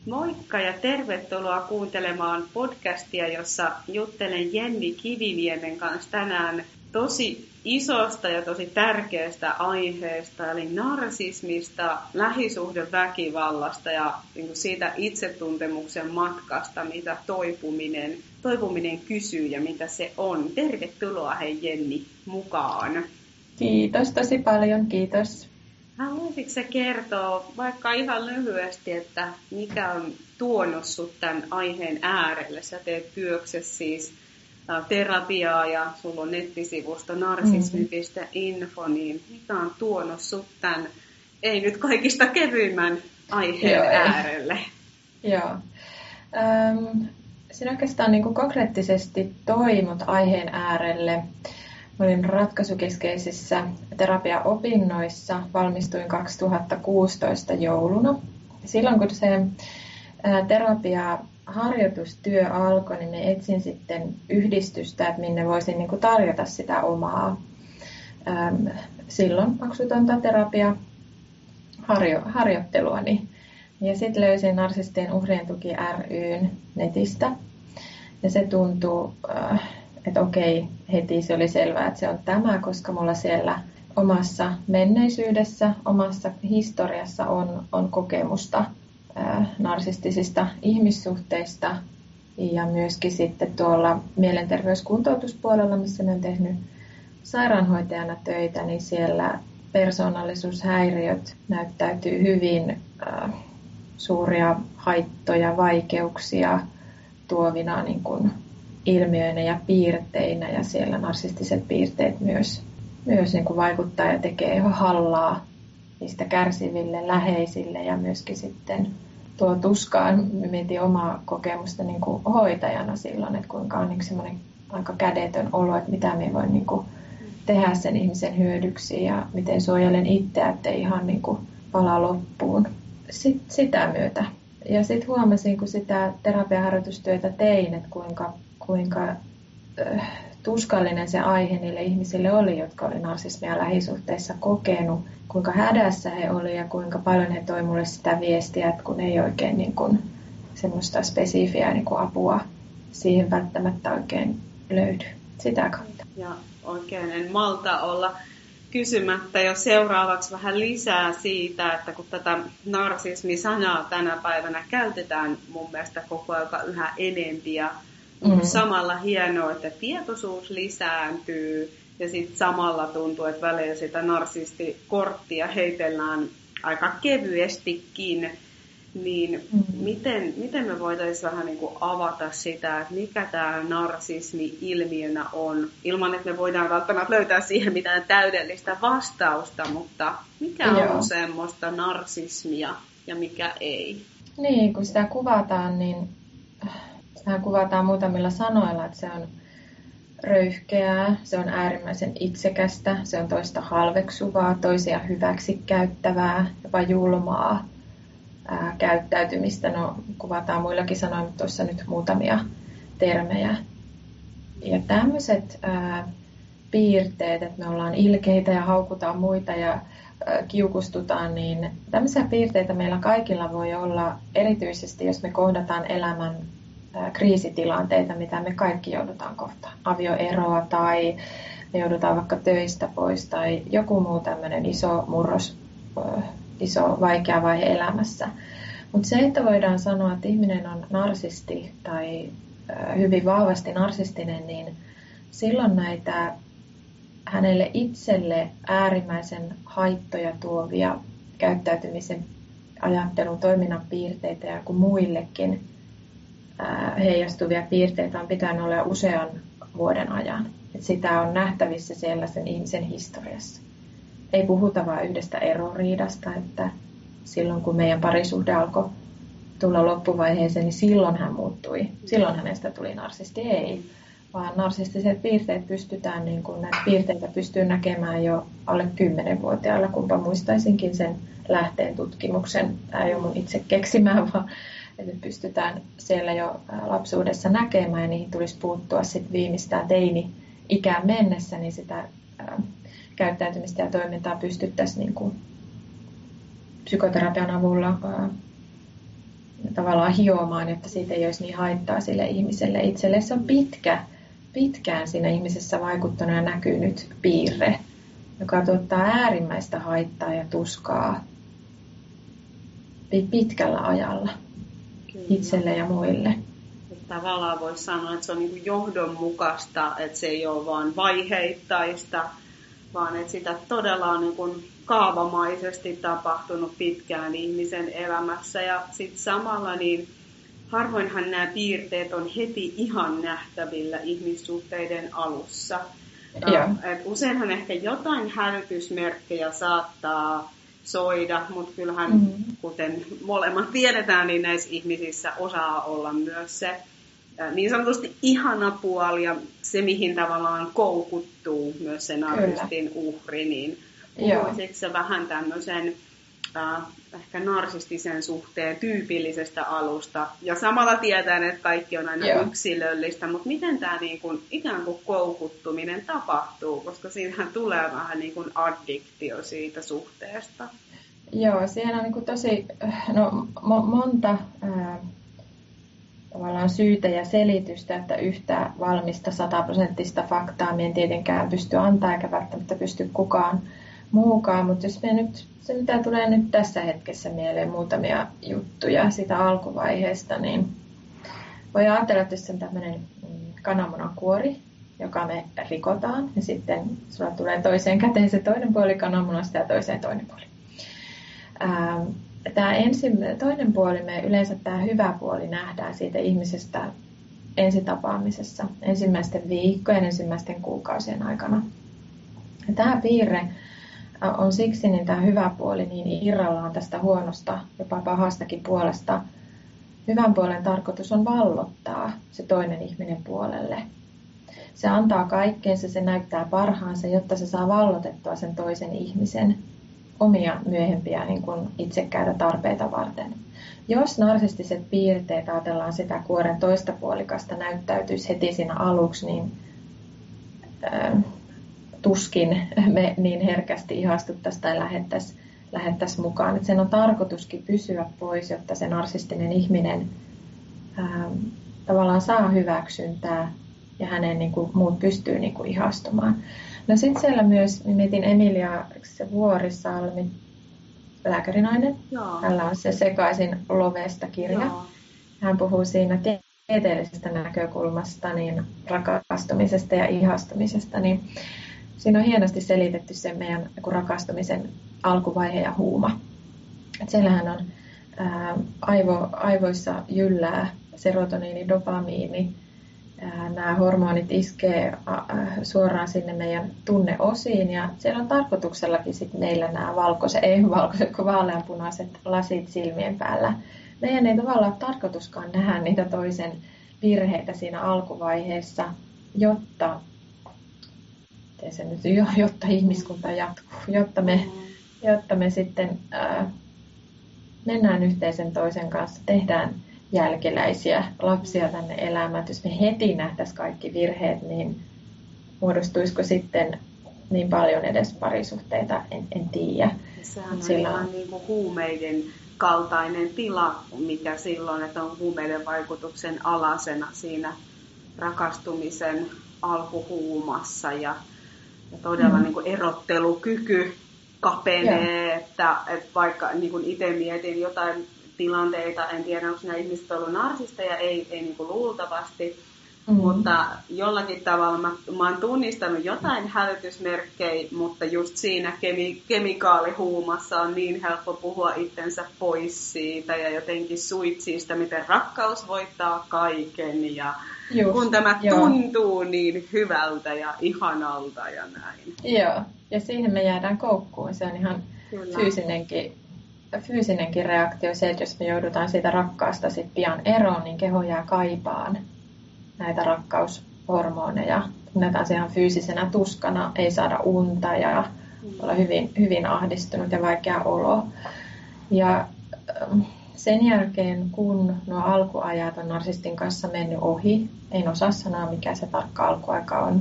Moikka ja tervetuloa kuuntelemaan podcastia, jossa juttelen Jenni Kiviniemen kanssa tänään tosi isosta ja tosi tärkeästä aiheesta, eli narsismista, lähisuhdeväkivallasta ja siitä itsetuntemuksen matkasta, mitä toipuminen kysyy ja mitä se on. Tervetuloa hei Jenni mukaan. Kiitos tosi paljon, kiitos. Haluaisitko sä kertoa vaikka ihan lyhyesti, että mikä on tuonut sut tämän aiheen äärelle? Sä teet työksessä siis terapiaa ja sulla on nettisivusto narsismi.info, niin mikä on tuonut sut tämän, ei nyt kaikista kevyimmän aiheen äärelle? Joo. Siinä oikeastaan niin kuin konkreettisesti toimut aiheen äärelle. Mä olin ratkaisukeskeisissä terapiaopinnoissa, valmistuin 2016 jouluna. Silloin kun se terapiaharjoitustyö alkoi, niin me etsin sitten yhdistystä, että minne voisin niin kuin tarjota sitä omaa silloin maksutonta terapiaharjoitteluani. Ja sitten löysin Narsistien uhrien tuki ry:n netistä. Ja se tuntuu, että okei, heti se oli selvää, että se on tämä, koska mulla siellä omassa menneisyydessä, omassa historiassa on kokemusta narsistisista ihmissuhteista. Ja myöskin sitten tuolla mielenterveyskuntoutuspuolella, missä mä oon tehnyt sairaanhoitajana töitä, niin siellä persoonallisuushäiriöt näyttäytyy hyvin suuria haittoja, vaikeuksia tuovina niin kuin ilmiöinä ja piirteinä, ja siellä narsistiset piirteet myös niin kuin vaikuttaa ja tekee hallaa niistä kärsiville, läheisille, ja myöskin sitten tuo tuskaan, mietin omaa kokemusta niin kuin hoitajana silloin, että kuinka on niin semmoinen aika kädetön olo, että mitä me voin niin kuin tehdä sen ihmisen hyödyksi ja miten suojelen itseä, ettei ihan niin kuin pala loppuun. Sitä myötä. Ja sitten huomasin, kun sitä terapiaharjoitustyötä tein, että kuinka tuskallinen se aihe niille ihmisille oli, jotka oli narsismia lähisuhteissa kokenut, kuinka hädässä he oli ja kuinka paljon he toi mulle sitä viestiä, että kun ei oikein niin kuin semmoista spesifiä niin kuin apua siihen välttämättä oikein löydy sitä kautta. Ja oikein en malta olla kysymättä jo seuraavaksi vähän lisää siitä, että kun tätä narsismi-sanaa tänä päivänä käytetään mun mielestä koko ajan yhä enempi ja samalla hienoa, että tietoisuus lisääntyy ja sitten samalla tuntuu, että välillä sitä narsistikorttia heitellään aika kevyestikin, niin miten me voitaisiin vähän niin kuin avata sitä, että mikä tämä narsismi ilmiönä on, ilman että me voidaan välttämättä löytää siihen mitään täydellistä vastausta, mutta mikä on semmoista narsismia ja mikä ei? Niin, kun sitä kuvataan, niin sehän kuvataan muutamilla sanoilla, että se on röyhkeää, se on äärimmäisen itsekästä, se on toista halveksuvaa, toisia hyväksikäyttävää, jopa julmaa käyttäytymistä. No, kuvataan muillakin sanoilla, mutta tuossa nyt muutamia termejä. Ja tämmöiset piirteet, että me ollaan ilkeitä ja haukutaan muita ja kiukustutaan, niin tämmöisiä piirteitä meillä kaikilla voi olla, erityisesti jos me kohdataan elämän kriisitilanteita, mitä me kaikki joudutaan kohtaan. Avioeroa tai me joudutaan vaikka töistä pois tai joku muu tämmöinen iso murros, iso vaikea vaihe elämässä. Mutta se, että voidaan sanoa, että ihminen on narsisti tai hyvin vahvasti narsistinen, niin silloin näitä hänelle itselle äärimmäisen haittoja tuovia käyttäytymisen, ajattelun, toiminnan piirteitä ja kuin muillekin heijastuvia piirteitä on pitänyt olla usean vuoden ajan. Et sitä on nähtävissä siellä sen ihmisen historiassa. Ei puhuta vain yhdestä eroriidasta, että silloin kun meidän parisuhde alkoi tulla loppuvaiheeseen, niin silloin hän muuttui. Silloin hänestä tuli narsisti. Ei, vaan narsistiset piirteet pystytään, niin kun näitä piirteitä pystyy näkemään jo alle 10-vuotiailla, kunpa muistaisinkin sen lähteen tutkimuksen. Tämä ei ole mun itse keksimään, vaan että pystytään siellä jo lapsuudessa näkemään ja niihin tulisi puuttua sitten viimeistään teini-ikään mennessä, niin sitä käyttäytymistä ja toimintaa pystyttäisiin niin kuin psykoterapian avulla tavallaan hiomaan, jotta siitä ei olisi niin haittaa sille ihmiselle itselle. Se on pitkään siinä ihmisessä vaikuttanut ja näkynyt piirre, joka tuottaa äärimmäistä haittaa ja tuskaa pitkällä ajalla. Kyllä. Itselle ja muille. Tavallaan voisi sanoa, että se on niin kuin johdonmukaista, että se ei ole vain vaiheittaista, vaan että sitä todella on niin kuin kaavamaisesti tapahtunut pitkään ihmisen elämässä. Ja sitten samalla niin harvoinhan nämä piirteet on heti ihan nähtävillä ihmissuhteiden alussa. Et useinhan ehkä jotain hälytysmerkkejä saattaa soida, mutta kyllähän, kuten molemmat tiedetään, niin näissä ihmisissä osaa olla myös se niin sanotusti ihana puoli ja se, mihin tavallaan koukuttuu myös se narsistin uhri, niin puhuisitko se vähän tämmöisen ehkä narsistisen suhteen tyypillisestä alusta, ja samalla tietäen, että kaikki on aina yksilöllistä, mutta miten tämä niin kuin, ikään kuin koukuttuminen tapahtuu, koska siinähän tulee vähän niin kuin addiktio siitä suhteesta. Joo, siinä on niin kuin tosi monta tavallaan syytä ja selitystä, että yhtä valmista 100% faktaa me en tietenkään pysty antaa, eikä välttämättä pysty kukaan muukaan, mutta jos me nyt, se mitä tulee nyt tässä hetkessä mieleen muutamia juttuja sitä alkuvaiheesta, niin voi ajatella, että jos on tämmöinen kananmunakuori, joka me rikotaan, ja sitten sulla tulee toiseen käteen se toinen puoli kananmunasta ja toiseen toinen puoli. Tämä toinen puoli, me yleensä tämä hyvä puoli nähdään siitä ihmisestä ensitapaamisessa, ensimmäisten viikkojen, ensimmäisten kuukausien aikana. Ja tämä piirre on siksi niin tämä hyvä puoli niin irrallaan tästä huonosta, jopa pahastakin puolesta. Hyvän puolen tarkoitus on vallottaa se toinen ihminen puolelle. Se antaa kaikkeensa, se näyttää parhaansa, jotta se saa vallotettua sen toisen ihmisen omia myöhempiä niin kuin itsekkäitä tarpeita varten. Jos narsistiset piirteet, ajatellaan sitä kuoren toista puolikasta, näyttäytyisi heti siinä aluksi, niin tuskin me niin herkästi ihastuttaisiin tai lähettäisiin mukaan. Että sen on tarkoituskin pysyä pois, jotta se narsistinen ihminen tavallaan saa hyväksyntää ja hänen niin kuin, muut pystyy niin kuin, ihastumaan. No sitten siellä myös, mietin Emilia Vuorisalmi, lääkärinainen. Joo. Hänellä on se Sekaisin Lovesta -kirja. Joo. Hän puhuu siinä tieteellisestä näkökulmasta, niin rakastumisesta ja ihastumisesta. Niin siinä on hienosti selitetty se meidän rakastumisen alkuvaihe ja huuma. Et siellähän on aivoissa jyllää serotoniini, dopamiini. Nämä hormonit iskee suoraan sinne meidän tunneosiin ja siellä on tarkoituksellakin sit meillä nämä ei valkoiset kuin vaaleanpunaiset lasit silmien päällä. Meidän ei tavallaan ole tarkoituskaan nähdä niitä toisen virheitä siinä alkuvaiheessa, jotta ihmiskunta jatkuu, jotta me sitten mennään yhteisen toisen kanssa, tehdään jälkeläisiä lapsia tänne elämään. Jos me heti nähtäisiin kaikki virheet, niin muodostuisiko sitten niin paljon edes parisuhteita, en tiedä. Sehän on ihan niin kuin huumeiden kaltainen tila, mikä silloin, että on huumeiden vaikutuksen alasena siinä rakastumisen alkuhuumassa ja todella niin kuin erottelukyky kapenee, että vaikka niin kuin itse mietin jotain tilanteita, en tiedä, onko nämä ihmiset ollut narsisteja, ei niin kuin luultavasti, mutta jollakin tavalla mä oon tunnistanut jotain hälytysmerkkejä, mutta just siinä kemikaalihuumassa on niin helppo puhua itsensä pois siitä ja jotenkin suitsii sitä, miten rakkaus voittaa kaiken ja kun tämä tuntuu niin hyvältä ja ihanalta ja näin. Joo, ja siihen me jäädään koukkuun, se on ihan fyysinenkin reaktio se, että jos me joudutaan siitä rakkaasta sit pian eroon, niin keho jää kaipaan näitä rakkaushormoneja. Tunnetaan se ihan fyysisenä tuskana, ei saada unta ja olla hyvin, hyvin ahdistunut ja vaikea olo. Ja sen jälkeen, kun nuo alkuajat on narsistin kanssa mennyt ohi, en osaa sanoa mikä se tarkka alkuaika on,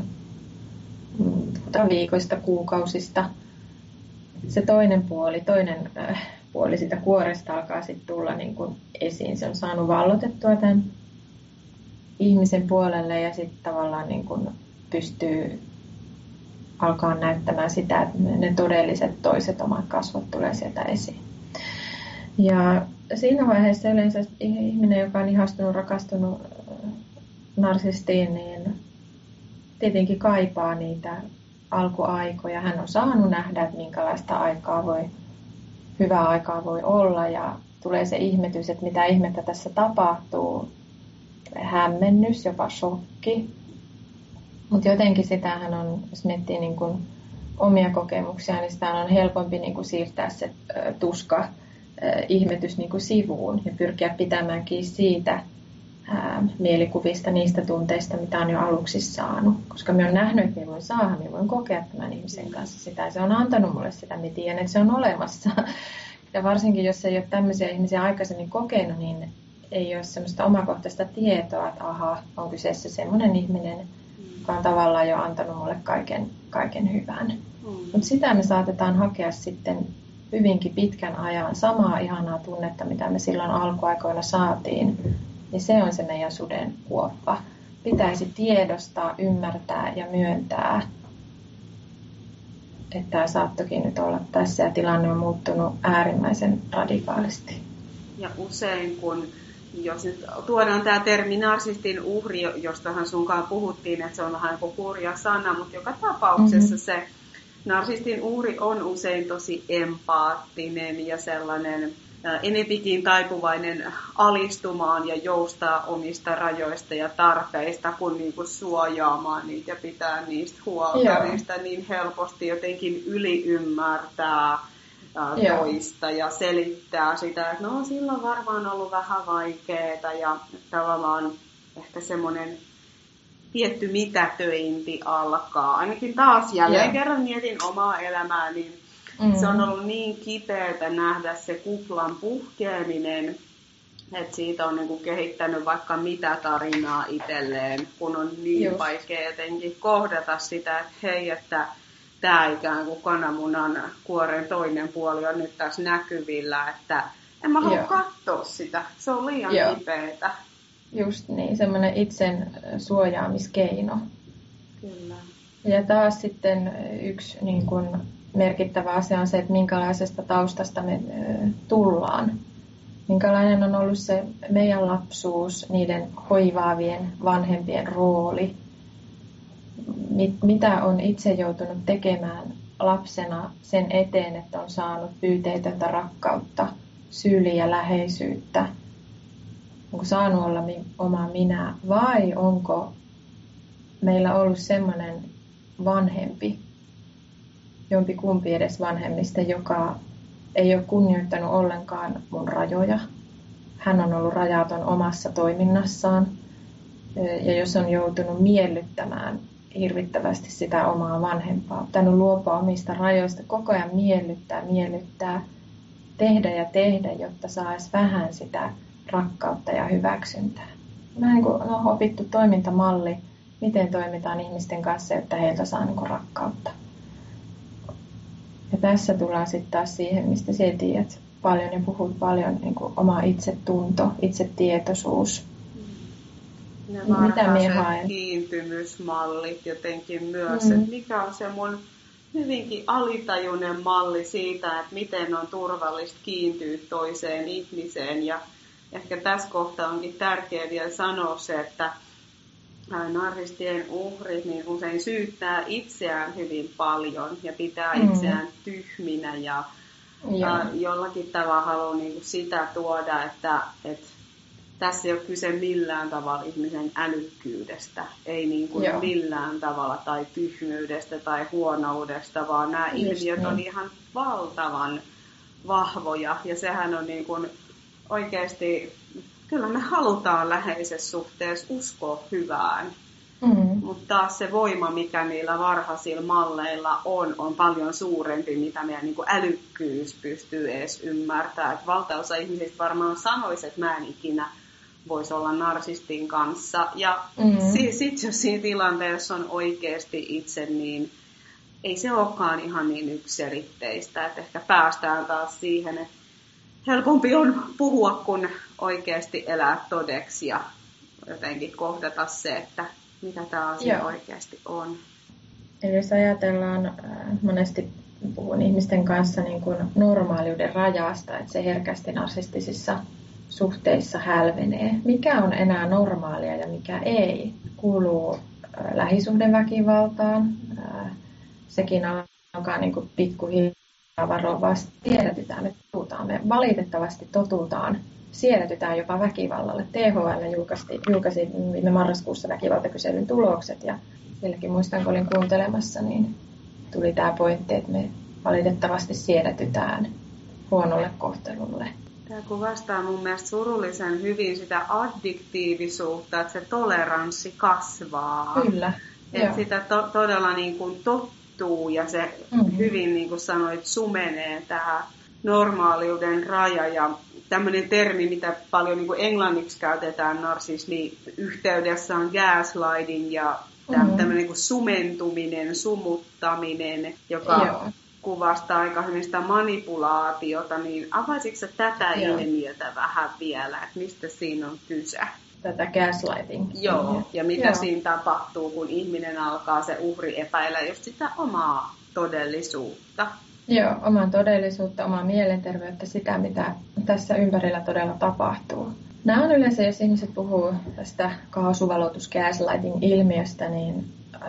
viikoista, kuukausista, se toinen puoli siitä kuoresta alkaa sitten tulla niin kuin esiin. Se on saanut vallotettua tämän ihmisen puolelle ja sitten tavallaan niin kuin pystyy alkaa näyttämään sitä, että ne todelliset toiset omat kasvot tulee sieltä esiin. Ja siinä vaiheessa yleensä ihminen, joka on ihastunut, rakastunut narsistiin, niin tietenkin kaipaa niitä alkuaikoja. Hän on saanut nähdä, että minkälaista hyvää aikaa voi olla ja tulee se ihmetys, että mitä ihmettä tässä tapahtuu. Hämmennys, jopa shokki. Mutta jotenkin sitähän on, jos miettii niin kuin omia kokemuksia, niin sitä on helpompi niin kuin siirtää se tuska, ihmetys niin kuin sivuun ja pyrkiä pitämään kiinni siitä mielikuvista, niistä tunteista, mitä on jo aluksi saanut. Koska minä olen nähnyt, että minä voin saada, minä voin kokea tämän ihmisen kanssa sitä. Se on antanut minulle sitä, minä tiedän, että se on olemassa. Ja varsinkin, jos ei ole tämmöisiä ihmisiä aikaisemmin kokenut, niin ei ole semmoista omakohtaista tietoa, että aha, on kyseessä semmoinen ihminen, joka on tavallaan jo antanut mulle kaiken hyvän. Mutta sitä me saatetaan hakea sitten hyvinkin pitkän ajan samaa ihanaa tunnetta, mitä me silloin alkuaikoina saatiin. Ja se on se meidän suden kuoppa. Pitäisi tiedostaa, ymmärtää ja myöntää, että tämä saattokin nyt olla tässä ja tilanne on muuttunut äärimmäisen radikaalisti. Ja usein jos nyt tuodaan tämä termi narsistin uhri, jostahan sunkaan puhuttiin, että se on vähän kuin kurja sana, mutta joka tapauksessa se narsistin uhri on usein tosi empaattinen ja sellainen enempikin taipuvainen alistumaan ja joustaa omista rajoista ja tarpeista, kun niinku suojaamaan niitä ja pitää niistä huolta. Niistä niin helposti jotenkin yliymmärtää toista ja selittää sitä, että no sillä on varmaan ollut vähän vaikeaa ja tavallaan ehkä semmoinen tietty mitätöinti alkaa. Ainakin taas jälleen kerran mietin omaa elämää, niin se on ollut niin kipeätä nähdä se kuplan puhkeaminen, että siitä on niinku kehittänyt vaikka mitä tarinaa itselleen, kun on niin vaikea jotenkin kohdata sitä, että hei, että tämä ikään kuin kananmunan kuoren toinen puoli on nyt taas näkyvillä, että en mä halua katsoa sitä, se on liian kipeätä. Just niin, semmoinen itsen suojaamiskeino. Kyllä. Ja taas sitten yksi niin kuin merkittävä asia on se, että minkälaisesta taustasta me tullaan. Minkälainen on ollut se meidän lapsuus, niiden hoivaavien vanhempien rooli. Mitä on itse joutunut tekemään lapsena sen eteen, että on saanut pyyteetöntä rakkautta, syliä, läheisyyttä. Onko saanut olla oma minä vai onko meillä ollut semmoinen vanhempi, jompikumpi edes vanhemmista, joka ei ole kunnioittanut ollenkaan mun rajoja. Hän on ollut rajaton omassa toiminnassaan ja jos on joutunut miellyttämään hirvittävästi sitä omaa vanhempaa, pitänyt luopua omista rajoista, koko ajan miellyttää, tehdä, jotta saisi vähän sitä rakkautta ja hyväksyntää. Vähän kuin on opittu toimintamalli, miten toimitaan ihmisten kanssa, että heiltä saa niin kuin rakkautta. Ja tässä tullaan sitten taas siihen, mistä sinä tiedät paljon ja puhut paljon, niin kuin oma itsetunto, itsetietoisuus. Ne varhaiset kiintymysmallit jotenkin myös, että mikä on se mun hyvinkin alitajuinen malli siitä, että miten on turvallista kiintyä toiseen ihmiseen. Ja ehkä tässä kohtaa onkin tärkeää vielä sanoa se, että narsistien uhrit niin usein syyttää itseään hyvin paljon ja pitää itseään tyhminä ja jollakin tavalla haluaa niin kuin sitä tuoda, että tässä ei ole kyse millään tavalla ihmisen älykkyydestä, ei niin kuin millään tavalla tai tyhmyydestä tai huonoudesta, vaan nämä ilmiöt on ihan valtavan vahvoja ja sehän on niin kuin oikeasti, kyllä me halutaan läheisessä suhteessa uskoa hyvään, mutta taas se voima, mikä niillä varhaisilla malleilla on paljon suurempi, mitä meidän niin kuin älykkyys pystyy edes ymmärtämään. Että valtaosa ihmisistä varmaan sanoisi, että mä en ikinä voisi olla narsistin kanssa. Ja sitten jos siinä tilanteessa on oikeasti itse, niin ei se olekaan ihan niin yksiselitteistä. Että ehkä päästään taas siihen, että helpompi on puhua kuin oikeasti elää todeksi ja jotenkin kohdata se, että mitä tämä asia oikeasti on. Eli jos ajatellaan, monesti puhun ihmisten kanssa niin kuin normaaliuden rajasta, että se herkästi narsistisissa suhteissa hälvenee. Mikä on enää normaalia ja mikä ei? Kuuluu lähisuhdeväkivaltaan. Sekin alkaa niin kuin pikkuhiljaa varovasti siedätytään, että totutaan. Me valitettavasti totutaan, siedätytään jopa väkivallalle. THL julkaisi viime marraskuussa väkivaltakyselyn tulokset ja silläkin muistan, kun olin kuuntelemassa, niin tuli tämä pointti, että me valitettavasti siedätytään huonolle kohtelulle. Tämä kuvastaa mun mielestä surullisen hyvin sitä addiktiivisuutta, että se toleranssi kasvaa. Kyllä. Että sitä todella niin kuin tottuu ja se hyvin, niin kuin sanoit, sumenee tämä normaaliuden raja. Ja tämmöinen termi, mitä paljon niin kuin englanniksi käytetään narsismi-yhteydessä on gaslighting ja tämmöinen niin kuin sumentuminen, sumuttaminen, joka kuvastaa aika hyvin sitä manipulaatiota, niin avaisitko tätä ilmiötä vähän vielä, että mistä siinä on kyse? Tätä gaslighting. Joo, ja mitä siinä tapahtuu, kun ihminen alkaa se uhri epäillä just sitä omaa todellisuutta. Joo, omaa todellisuutta, omaa mielenterveyttä, sitä mitä tässä ympärillä todella tapahtuu. Nämä on yleensä, jos ihmiset puhuu tästä kaasuvalotus gaslighting-ilmiöstä, niin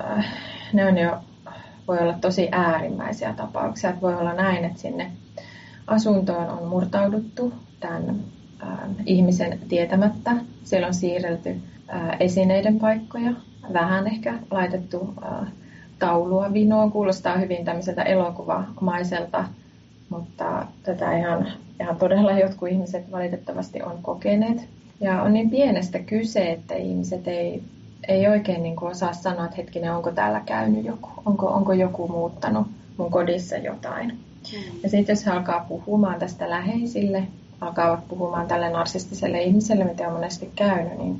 ne on jo, voi olla tosi äärimmäisiä tapauksia. Että voi olla näin, että sinne asuntoon on murtauduttu tämän ihmisen tietämättä. Siellä on siirrelty esineiden paikkoja, vähän ehkä laitettu taulua vinoon. Kuulostaa hyvin tämmöiseltä elokuvamaiselta, mutta tätä ihan todella jotkut ihmiset valitettavasti on kokeneet. Ja on niin pienestä kyse, että ihmiset ei oikein niin kuin osaa sanoa, että hetkinen, onko täällä käynyt joku, onko joku muuttanut mun kodissa jotain. Ja sitten jos he alkaa puhumaan tästä läheisille, alkaavat puhumaan tälle narsistiselle ihmiselle, mitä on monesti käynyt, niin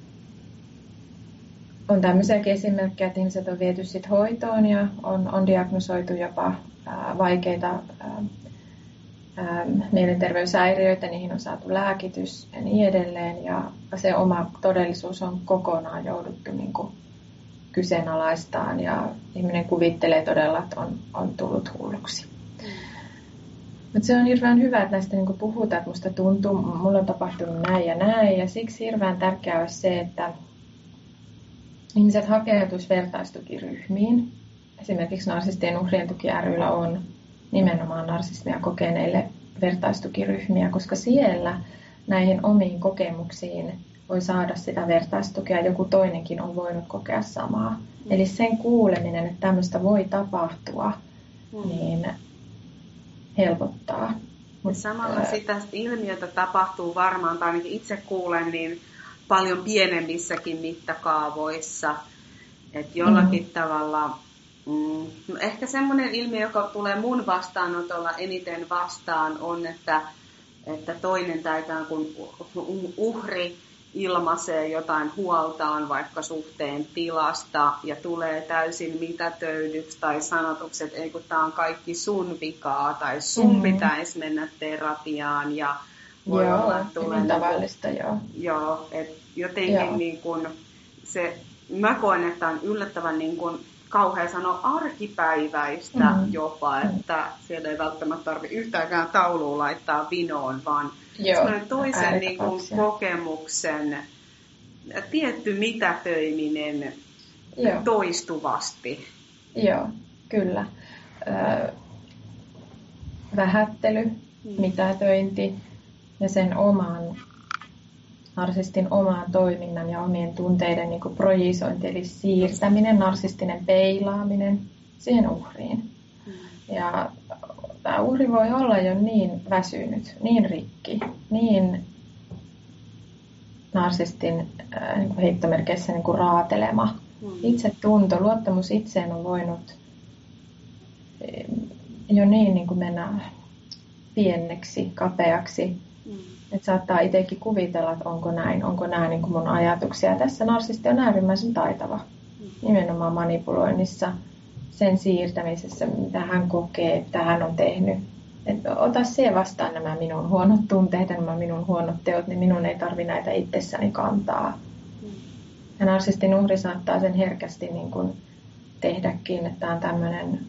on tämmöisiäkin esimerkkejä, että ihmiset on viety sit hoitoon ja on diagnosoitu jopa vaikeita mielenterveyshäiriöitä, niihin on saatu lääkitys ja niin edelleen. Ja se oma todellisuus on kokonaan jouduttu niin kuin kyseenalaistaan ja ihminen kuvittelee todella, että on tullut hulluksi. Mutta se on hirveän hyvä, että näistä niin kuin puhutaan, että musta tuntuu, mulla on tapahtunut näin ja näin. Ja siksi hirveän tärkeää olisi se, että ihmiset hakeutuisivat vertaistukiryhmiin. Esimerkiksi Narsistien uhrien tuki ry:llä on nimenomaan narsismia kokeneille vertaistukiryhmiä, koska siellä näihin omiin kokemuksiin voi saada sitä vertaistukea. Joku toinenkin on voinut kokea samaa. Eli sen kuuleminen, että tämmöistä voi tapahtua, niin helpottaa. Samalla sitä ilmiötä tapahtuu varmaan, tai ainakin itse kuulen, niin paljon pienemmissäkin mittakaavoissa. Että jollakin tavalla, ehkä semmoinen ilmiö, joka tulee mun vastaanotolla eniten vastaan, on, että toinen tai ikään kuin uhri ilmaisee jotain huoltaan vaikka suhteen tilasta ja tulee täysin mitätöidyksi tai sanotuksi, että ei kun tämä on kaikki sun vikaa tai sun pitäisi mennä terapiaan ja voi olla, että tulee tavallista, joo, että jotenkin niin kuin se, mä koen, että on yllättävän niin kuin kauhea sanoa arkipäiväistä jopa, että siellä ei välttämättä tarvitse yhtäänkään taulua laittaa vinoon, vaan toisen niin kuin kokemuksen tietty mitätöiminen toistuvasti. Joo, kyllä. Vähättely, mitätöinti ja sen narsistin oman toiminnan ja omien tunteiden niin kuin projisointi, eli siirtäminen, narsistinen peilaaminen siihen uhriin. Ja tämä uhri voi olla jo niin väsynyt, niin rikki, niin narsistin niin heittomerkeissä niin kuin raatelema. Itsetunto, luottamus itseen on voinut jo niin kuin mennä pieneksi, kapeaksi. Että saattaa itsekin kuvitella, että onko nämä niin kuin mun ajatuksia. Tässä narsisti on äärimmäisen taitava. Nimenomaan manipuloinnissa, sen siirtämisessä, mitä hän kokee, mitä hän on tehnyt. että ota siihen vastaan nämä minun huonot tunteet ja nämä minun huonot teot, niin minun ei tarvitse näitä itsessäni kantaa. Ja narsistin uhri saattaa sen herkästi niin kuin tehdäkin, että tämä on tämmöinen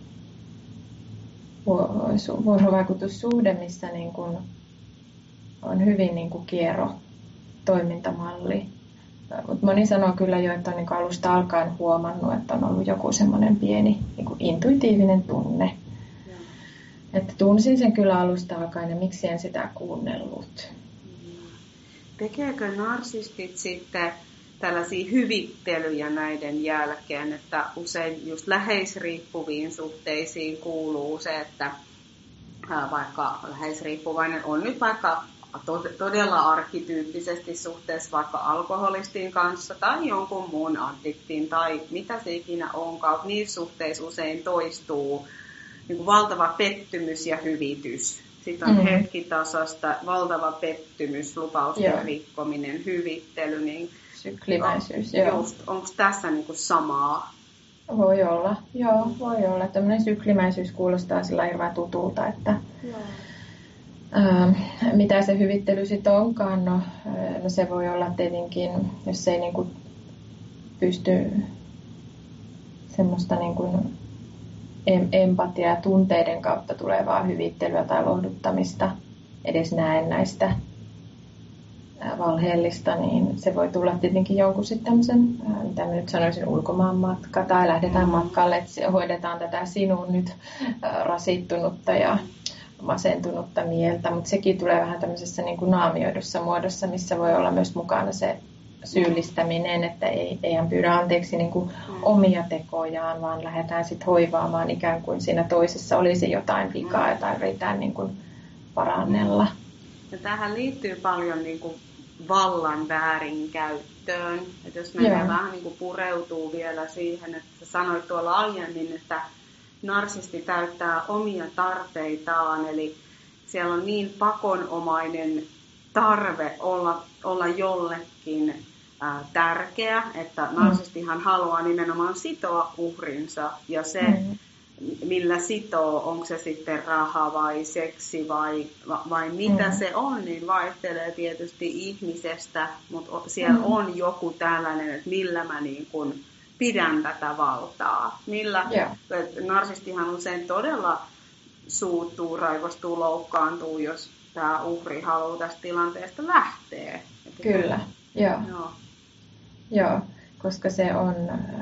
vuorovaikutussuhde, missä niin kuin on hyvin niin kuin kierro toimintamalli. Mutta moni sanoo kyllä jo, että on niin kuin alusta alkaen huomannut, että on ollut joku semmoinen pieni niin kuin intuitiivinen tunne. Että tunsin sen kyllä alusta alkaen ja miksi en sitä kuunnellut. Tekeekö narsistit sitten tällaisia hyvittelyjä näiden jälkeen, että usein just läheisriippuviin suhteisiin kuuluu se, että vaikka läheisriippuvainen on nyt vaikka todella arkkityyppisesti suhteessa vaikka alkoholistin kanssa tai jonkun muun addiktin tai mitä se ikinä onkaan, niissä suhteissa usein toistuu niin kuin valtava pettymys ja hyvitys. Sitten on hetkitasasta, valtava pettymys, lupausten rikkominen, hyvittely. Niin syklimäisyys, onko tässä niin kuin samaa? Voi olla, voi olla. Tämmöinen syklimäisyys kuulostaa sillä hirveän tutulta, että mitä se hyvittely sitten onkaan. No se voi olla tietenkin, jos ei niin kuin pysty semmoista niin kuin empatia ja tunteiden kautta tulevaa hyvittelyä tai lohduttamista edes näennäistä valheellista, niin se voi tulla tietenkin jonkun sitten tämmöisen, mitä mä nyt sanoisin, ulkomaanmatka tai lähdetään matkalle, että hoidetaan tätä sinun nyt rasittunutta ja masentunutta mieltä, mutta sekin tulee vähän tämmöisessä niin kuin naamioidussa muodossa, missä voi olla myös mukana se syyllistäminen, että ei hän pyydä anteeksi niin kuin omia tekojaan, vaan lähdetään sitten hoivaamaan ikään kuin siinä toisessa olisi jotain vikaa tai yritetään niin kuin parannella. Ja tähän liittyy paljon niin kuin vallan väärinkäyttöön. Että jos meidän vähän niin kuin pureutuu vielä siihen, että sä sanoit tuolla aiemmin, että narsisti täyttää omia tarpeitaan, eli siellä on niin pakonomainen tarve olla jollekin tärkeä, että narsistihan haluaa nimenomaan sitoa uhrinsa, ja se, millä sitoo, onko se sitten raha vai seksi vai mitä se on, niin vaihtelee tietysti ihmisestä, mutta siellä on joku tällainen, että millä mä niin kun pidän tätä valtaa. Narsistihan usein todella suuttuu, raivostuu, loukkaantuu, jos tämä uhri haluaa tästä tilanteesta lähteä. Kyllä, joo, koska se on,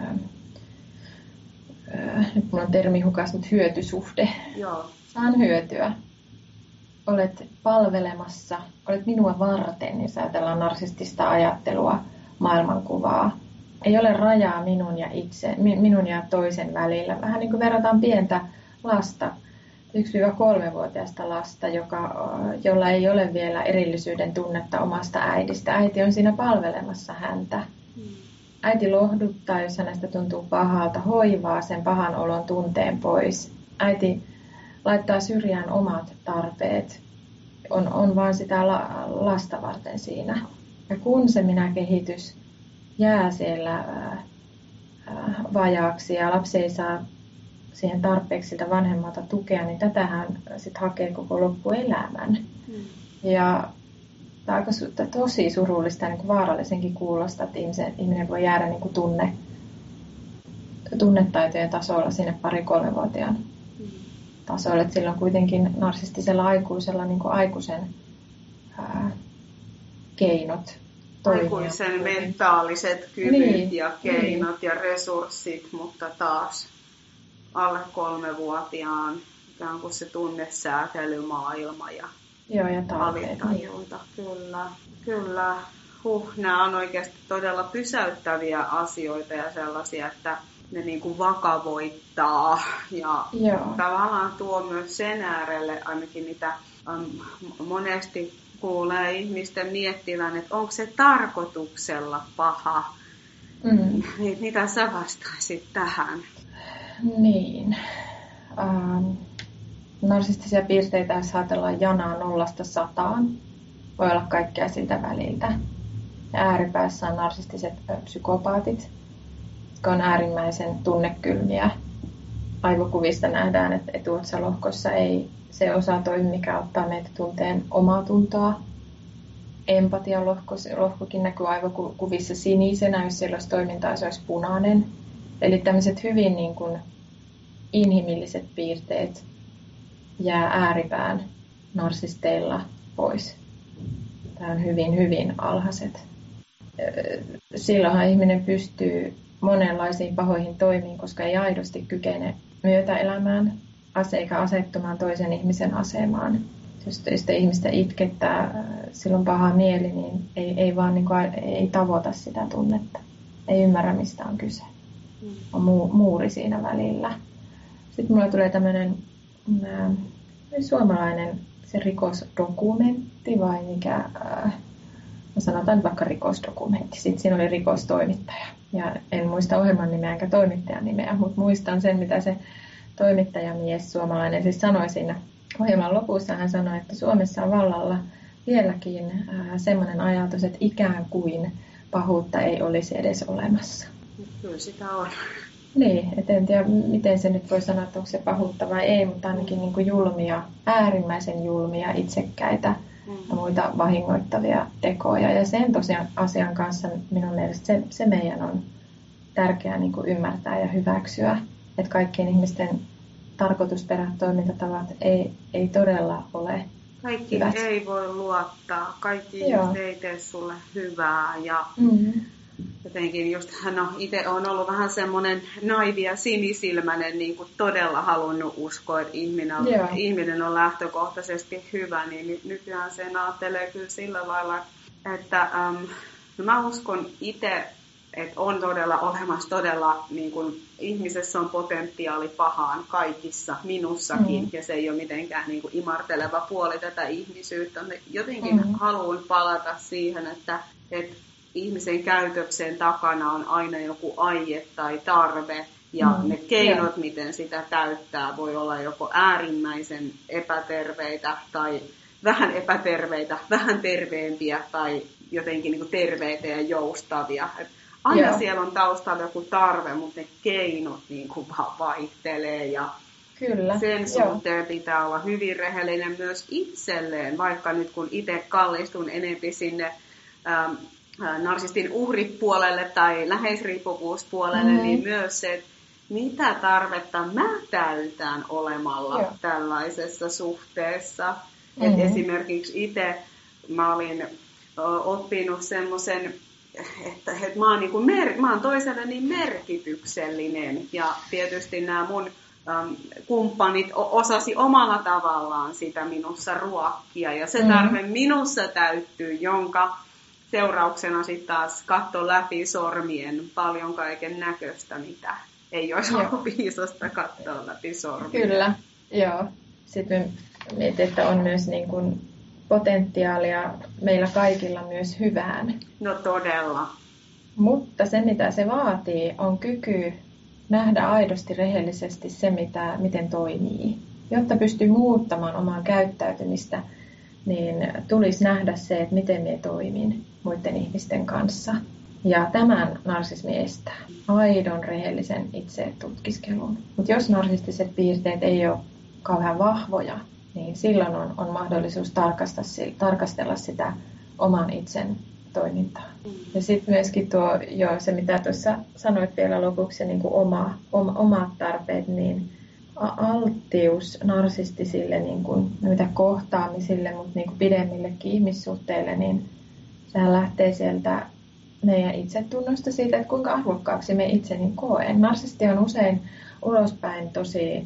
nyt minulla on termi hukas, nyt hyötysuhde. Joo. Saan hyötyä. Olet palvelemassa, olet minua varten, niin ajatellaan narsistista ajattelua, maailmankuvaa. Ei ole rajaa minun ja toisen välillä. Vähän niin kuin verrataan pientä lasta, 1-3-vuotiaasta lasta, jolla ei ole vielä erillisyyden tunnetta omasta äidistä. Äiti on siinä palvelemassa häntä. Äiti lohduttaa, jos hänestä tuntuu pahalta, hoivaa sen pahan olon tunteen pois. Äiti laittaa syrjään omat tarpeet, on vaan sitä lasta varten siinä. Ja kun se minäkehitys jää siellä vajaaksi ja lapsi ei saa siihen tarpeeksi siltä vanhemmalta tukea, niin tätähän sitten hakee koko loppuelämän. Ja tämä on aika tosi surullista ja niin kuin vaarallisenkin kuulosta, että ihminen voi jäädä niin kuin tunnetaitojen tasolla sinne 2-3-vuotiaan tasolle. Että silloin kuitenkin narsistisella aikuisella niin kuin aikuisen keinot toimia. Aikuisen mentaaliset kyvyt ja keinot ja resurssit, mutta taas alle 3-vuotiaan ikään kuin se tunnesäätelymaailma ja alitajunta. Kyllä. Nämä on oikeasti todella pysäyttäviä asioita ja sellaisia, että ne niin kuin vakavoittaa ja tavallaan tuo myös sen äärelle ainakin mitä monesti kuulee ihmisten miettivän, että onko se tarkoituksella paha. Mitä sä vastaisit tähän? Niin. Narsistisia piirteitä, jos ajatellaan janaa 0-100, voi olla kaikkea siltä väliltä. Ja ääripäässä on narsistiset psykopaatit, jotka on äärimmäisen tunnekylmiä. Aivokuvista nähdään, että etuotsalohkossa ei se osatoimi, mikä auttaa meitä tunteen omaa tuntoa. Empatialohkokin näkyy aivokuvissa sinisenä, jos siellä olisi toimintaa, se olisi punainen. Eli tämmöiset hyvin niin kuin inhimilliset piirteet jää ääripään narsisteilla pois. Tämä on hyvin, hyvin alhaiset. Silloinhan ihminen pystyy monenlaisiin pahoihin toimiin, koska ei aidosti kykene myötäelämään eikä asettumaan toisen ihmisen asemaan. Jos sitä ihmistä itkettää, silloin paha mieli, niin ei vaan niin kuin, ei tavoita sitä tunnetta. Ei ymmärrä, mistä on kyse. On muuri siinä välillä. Sitten mulla tulee tämmöinen suomalainen se rikosdokumentti vai mikä, sanotaan vaikka rikosdokumentti. Sitten siinä oli rikostoimittaja. Ja en muista ohjelman nimeä enkä toimittajan nimeä, mutta muistan sen, mitä se toimittajamies suomalainen siis sanoi siinä ohjelman lopussa. Hän sanoi, että Suomessa on vallalla vieläkin semmoinen ajatus, että ikään kuin pahuutta ei olisi edes olemassa. Kyllä sitä on. Niin, et en tiedä miten se nyt voi sanoa, että onko se pahuutta vai ei, mutta ainakin niin kuin julmia, äärimmäisen julmia, itsekkäitä ja muita vahingoittavia tekoja. Ja sen tosiaan asian kanssa minun mielestä se meidän on tärkeää niin kuin ymmärtää ja hyväksyä, että kaikkien ihmisten tarkoitusperät, toimintatavat ei todella ole kaikki hyvät. Ei voi luottaa, kaikki ihmiset ei tee sulle hyvää ja jotenkin just itse on ollut vähän semmoinen naivi ja sinisilmäinen, niin kuin todella halunnut uskoa, että ihminen on lähtökohtaisesti hyvä, niin nykyään sen ajattelee kyllä sillä lailla, että mä uskon itse, että on todella olemassa todella, niin kuin ihmisessä on potentiaali pahaan kaikissa, minussakin, ja se ei ole mitenkään niin kuin imarteleva puoli tätä ihmisyyttä. Jotenkin haluan palata siihen, että ihmisen käytöksen takana on aina joku aie tai tarve, ja ne keinot, miten sitä täyttää, voi olla joko äärimmäisen epäterveitä tai vähän epäterveitä, vähän terveempiä tai jotenkin niin kuin terveitä ja joustavia. Aina siellä on taustalla joku tarve, mutta ne keinot niin kuin vaan vaihtelee ja kyllä, sen suhteen pitää olla hyvin rehellinen myös itselleen, vaikka nyt kun itse kallistun enempi sinne narsistin uhripuolelle tai läheisriippuvuuspuolelle, niin myös se, että mitä tarvetta mä täytän olemalla tällaisessa suhteessa. Et esimerkiksi itse mä olin oppinut semmoisen, että mä oon toiselle niin merkityksellinen ja tietysti nämä mun kumppanit osasi omalla tavallaan sitä minussa ruokkia ja se tarve minussa täyttyy, jonka seurauksena sitten taas katso läpi sormien paljon kaiken näköistä, mitä ei olisi ollut viisasta katsoa läpi sormien. Kyllä, joo. Sitten mietin, että on myös niin kuin potentiaalia meillä kaikilla myös hyvään. No todella. Mutta se, mitä se vaatii, on kyky nähdä aidosti rehellisesti se, miten toimii. Jotta pystyy muuttamaan omaa käyttäytymistä, niin tulisi nähdä se, että miten minä toimin muiden ihmisten kanssa. Ja tämän narsismi estää. Aidon rehellisen itse tutkiskelun. Mutta jos narsistiset piirteet ei ole kauhean vahvoja, niin silloin on mahdollisuus tarkastella sitä oman itsen toimintaa. Ja sitten myöskin se, mitä tuossa sanoit vielä lopuksi, niin kuin omat tarpeet, niin alttius narsistisille niin kuin, mitä kohtaamisille, mutta niin kuin pidemmillekin ihmissuhteille, niin sehän lähtee sieltä meidän itsetunnosta siitä, että kuinka arvokkaaksi me itseni koen. Narsisti on usein ulospäin tosi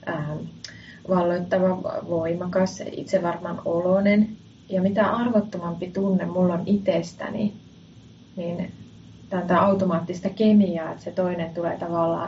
valloittava, voimakas, itsevarman oloinen. Ja mitä arvottomampi tunne mulla on itsestäni, niin tämä automaattista kemiaa, että se toinen tulee tavallaan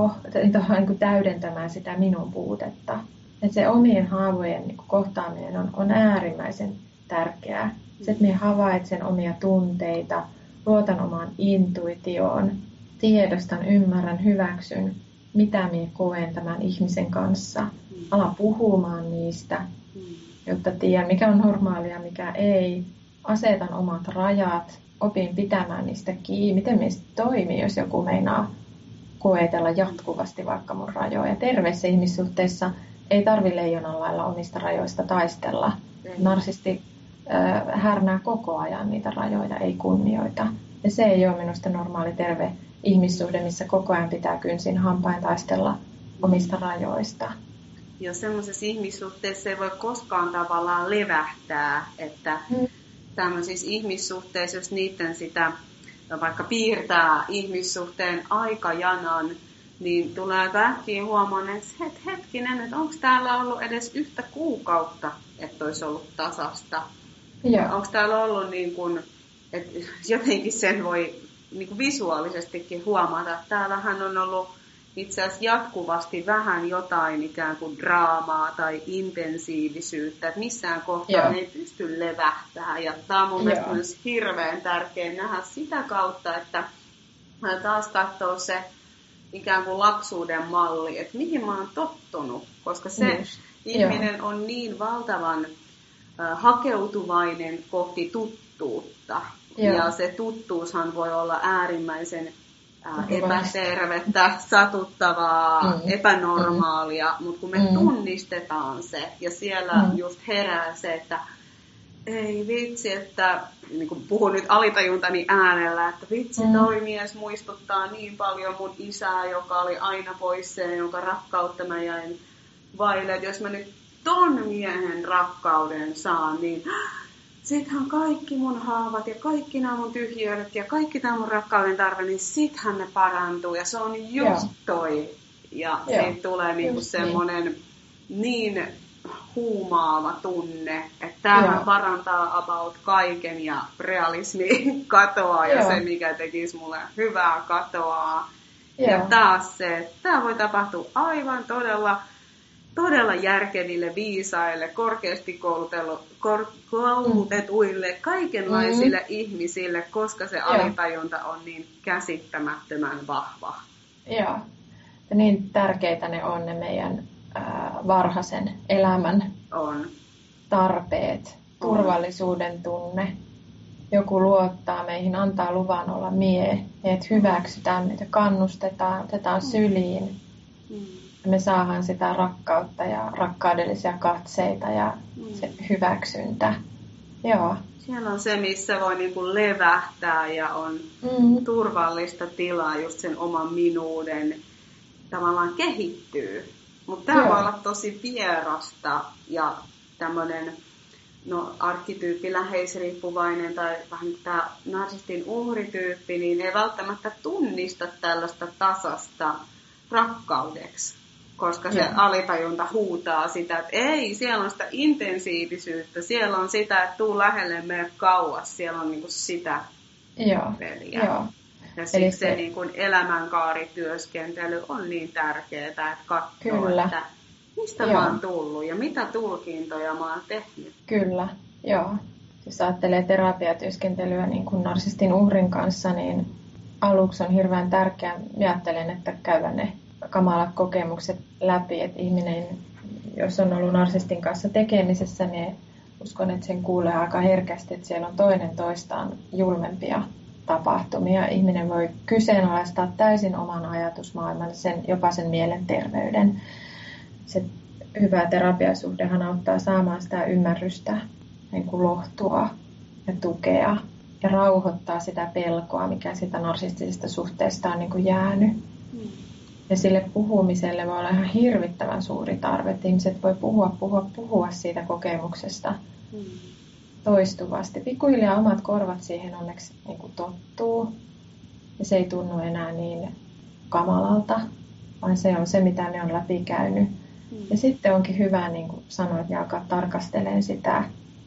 niin täydentämään sitä minun puutetta. Että se omien haavojen niin kohtaaminen on äärimmäisen tärkeää. Se, että minä havaitsen omia tunteita, luotan omaan intuitioon, tiedostan, ymmärrän, hyväksyn, mitä minä koen tämän ihmisen kanssa. Alan puhumaan niistä, jotta tiedän, mikä on normaalia, mikä ei. Asetan omat rajat, opin pitämään niistä kiinni. Miten meistä toimii, jos joku meinaa koetella jatkuvasti vaikka mun rajoja. Terveissä ihmissuhteissa ei tarvi leijonan lailla omista rajoista taistella. Narsisti härnää koko ajan niitä rajoja, ei kunnioita. Ja se ei ole minusta normaali terve ihmissuhde, missä koko ajan pitää kynsin hampain taistella omista rajoista. Ja semmoisessa ihmissuhteessa ei voi koskaan tavallaan levähtää, että tämmöisissä ihmissuhteissa, jos niiden sitä vaikka piirtää ihmissuhteen aikajanan, niin tulee aika äkkiä huomaan, että hetkinen, että onko täällä ollut edes yhtä kuukautta, että olisi ollut tasasta. Onko täällä ollut niin kuin, että jotenkin sen voi niin kuin visuaalisestikin huomata, että täällähän on ollut itse asiassa jatkuvasti vähän jotain ikään kuin draamaa tai intensiivisyyttä, että missään kohtaa ei pysty levähtämään. Ja tämä on mun mielestä myös hirveän tärkeää nähdä sitä kautta, että taas katsoo se ikään kuin lapsuuden malli, että mihin mä oon tottunut, koska se ihminen on niin valtavan hakeutuvainen kohti tuttuutta. Ja se tuttuushan voi olla äärimmäisen epätervettä, satuttavaa, epänormaalia, mutta kun me tunnistetaan se ja siellä just herää se, että ei vitsi, että niin kuin puhun nyt alitajuntani äänellä, että vitsi toi mies muistuttaa niin paljon mun isää, joka oli aina poissa ja jonka rakkautta mä jäin vaille, että jos mä nyt ton miehen rakkauden saan, niin sittenhän kaikki mun haavat ja kaikki nämä mun tyhjöidet ja kaikki tämä mun rakkauden tarve, niin sittenhän ne parantuu. Ja se on just toi. Ja siitä tulee niinku semmoinen niin huumaava tunne, että tämähän parantaa about kaiken ja realismi katoaa ja se, mikä tekisi mulle hyvää, katoaa. Ja taas se, että tämä voi tapahtua aivan todella järkeville, viisaille, korkeasti koulutetuille, kaikenlaisille ihmisille, koska se alitajunta on niin käsittämättömän vahva. Joo. Ja niin tärkeitä ne on ne meidän varhaisen elämän tarpeet, turvallisuuden tunne. Joku luottaa meihin, antaa luvan olla mie, että hyväksytään meitä, kannustetaan, otetaan syliin. Me saadaan sitä rakkautta ja rakkaudellisia katseita ja se hyväksyntä. Joo. Siellä on se, missä voi niinku levähtää ja on turvallista tilaa just sen oman minuuden tavallaan kehittyy. Mutta tämä voi olla tosi vierasta ja tämmöinen arkkityyppi, läheisriippuvainen tai vähän tämä narsistin uhrityyppi, niin ei välttämättä tunnista tällaista tasasta rakkaudeksi. Koska se alitajunta huutaa sitä, että ei, siellä on sitä intensiivisyyttä, siellä on sitä, että tuu lähelle, mene kauas, siellä on niinku sitä peliä. Ja siksi se niinku elämänkaarityöskentely on niin tärkeää, että katsoo, että mistä mä oon tullut ja mitä tulkintoja mä oon tehnyt. Kyllä, joo. Jos ajattelee terapiatyöskentelyä niin kuin narsistin uhrin kanssa, niin aluksi on hirveän tärkeää, ajattelen, että käydä ne kamalat kokemukset läpi, että ihminen, jos on ollut narsistin kanssa tekemisessä, niin uskon, että sen kuulee aika herkästi, että siellä on toinen toistaan julmempia tapahtumia. Ihminen voi kyseenalaistaa täysin oman ajatusmaailman, jopa sen mielenterveyden. Se hyvä terapiasuhdehan auttaa saamaan sitä ymmärrystä, niin kuin lohtua ja tukea ja rauhoittaa sitä pelkoa, mikä sitä narsistisesta suhteesta on niin kuin jäänyt. Ja sille puhumiselle voi olla ihan hirvittävän suuri tarve, että ihmiset voi puhua siitä kokemuksesta toistuvasti. Pikkuhiljaa omat korvat siihen onneksi niin kuin tottuu. Ja se ei tunnu enää niin kamalalta, vaan se on se, mitä ne on läpikäynyt. Ja sitten onkin hyvä, niin kuin sanoit, ja alkaa tarkastelemaan sitä,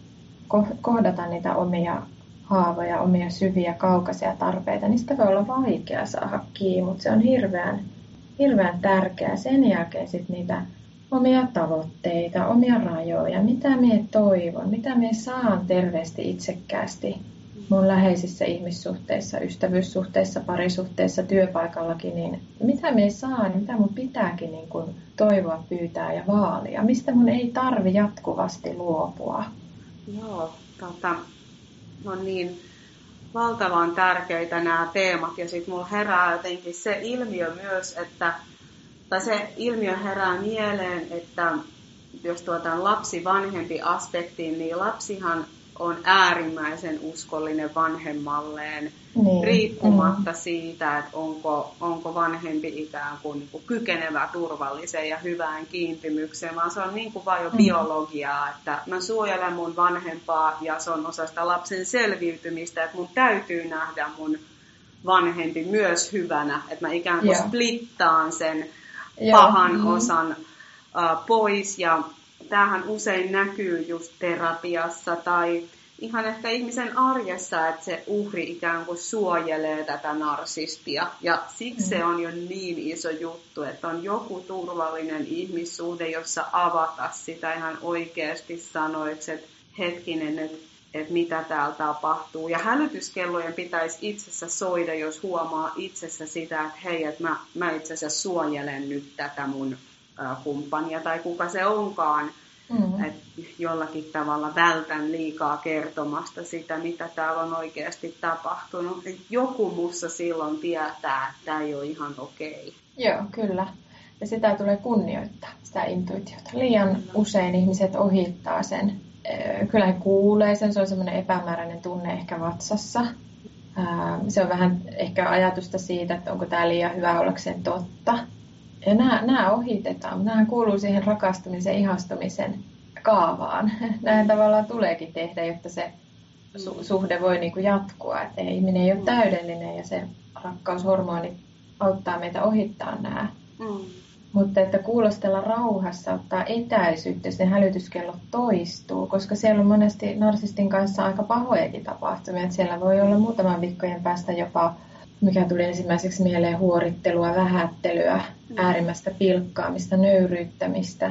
kohdata niitä omia haavoja, omia syviä, kaukaisia tarpeita. Niistä voi olla vaikea saada kiinni, mutta se on hirveän tärkeää. Sen jälkeen sitten niitä omia tavoitteita, omia rajoja, mitä minä toivon, mitä minä saan terveesti itsekkäästi mun läheisissä ihmissuhteissa, ystävyyssuhteissa, parisuhteissa, työpaikallakin, niin mitä minä saan, mitä mun pitääkin niin kun toivoa, pyytää ja vaalia, mistä mun ei tarvi jatkuvasti luopua. Joo, on niin valtavan tärkeitä nämä teemat ja sitten mulla herää jotenkin se ilmiö myös, tai se ilmiö herää mieleen, että jos tuotaan lapsi-vanhempi aspektiin, niin lapsihan on äärimmäisen uskollinen vanhemmalleen, riippumatta siitä, että onko vanhempi ikään kuin kykenevä turvalliseen ja hyvään kiintymykseen, vaan se on niin kuin vaan jo biologiaa, että mä suojelen mun vanhempaa ja se on osa sitä lapsen selviytymistä, että mun täytyy nähdä mun vanhempi myös hyvänä, että mä ikään kuin splittaan sen pahan osan pois, ja tämähän usein näkyy just terapiassa tai ihan ehkä ihmisen arjessa, että se uhri ikään kuin suojelee tätä narsistia. Ja siksi se on jo niin iso juttu, että on joku turvallinen ihmissuhde, jossa avata sitä ihan oikeasti sanoiksi, että hetkinen, että mitä täällä tapahtuu. Ja hälytyskellojen pitäisi itsessä soida, jos huomaa itsessä sitä, että hei, että mä itse asiassa suojelen nyt tätä mun kumppania tai kuka se onkaan. Että jollakin tavalla vältän liikaa kertomasta sitä, mitä täällä on oikeasti tapahtunut. Et joku musta silloin tietää, että tämä ei ole ihan okei. Joo, kyllä. Ja sitä tulee kunnioittaa, sitä intuitiota. Liian usein ihmiset ohittaa sen. Kyllä he kuulee sen, se on semmoinen epämääräinen tunne ehkä vatsassa. Se on vähän ehkä ajatusta siitä, että onko tämä liian hyvä ollakseen totta. Ja nämä ohitetaan, nämä kuuluu siihen rakastumisen, ihastumisen kaavaan. Näin tavallaan tuleekin tehdä, jotta se suhde voi niinku jatkua. Että ihminen ei ole täydellinen ja se rakkaushormoni auttaa meitä ohittaa nämä. Mutta että kuulostella rauhassa, ottaa etäisyyttä, jos ne hälytyskellot toistuu, koska siellä on monesti narsistin kanssa aika pahojakin tapahtumia. Että siellä voi olla muutaman viikkojen päästä jopa, mikä tuli ensimmäiseksi mieleen, huorittelua, vähättelyä, äärimmäistä pilkkaamista, nöyryyttämistä.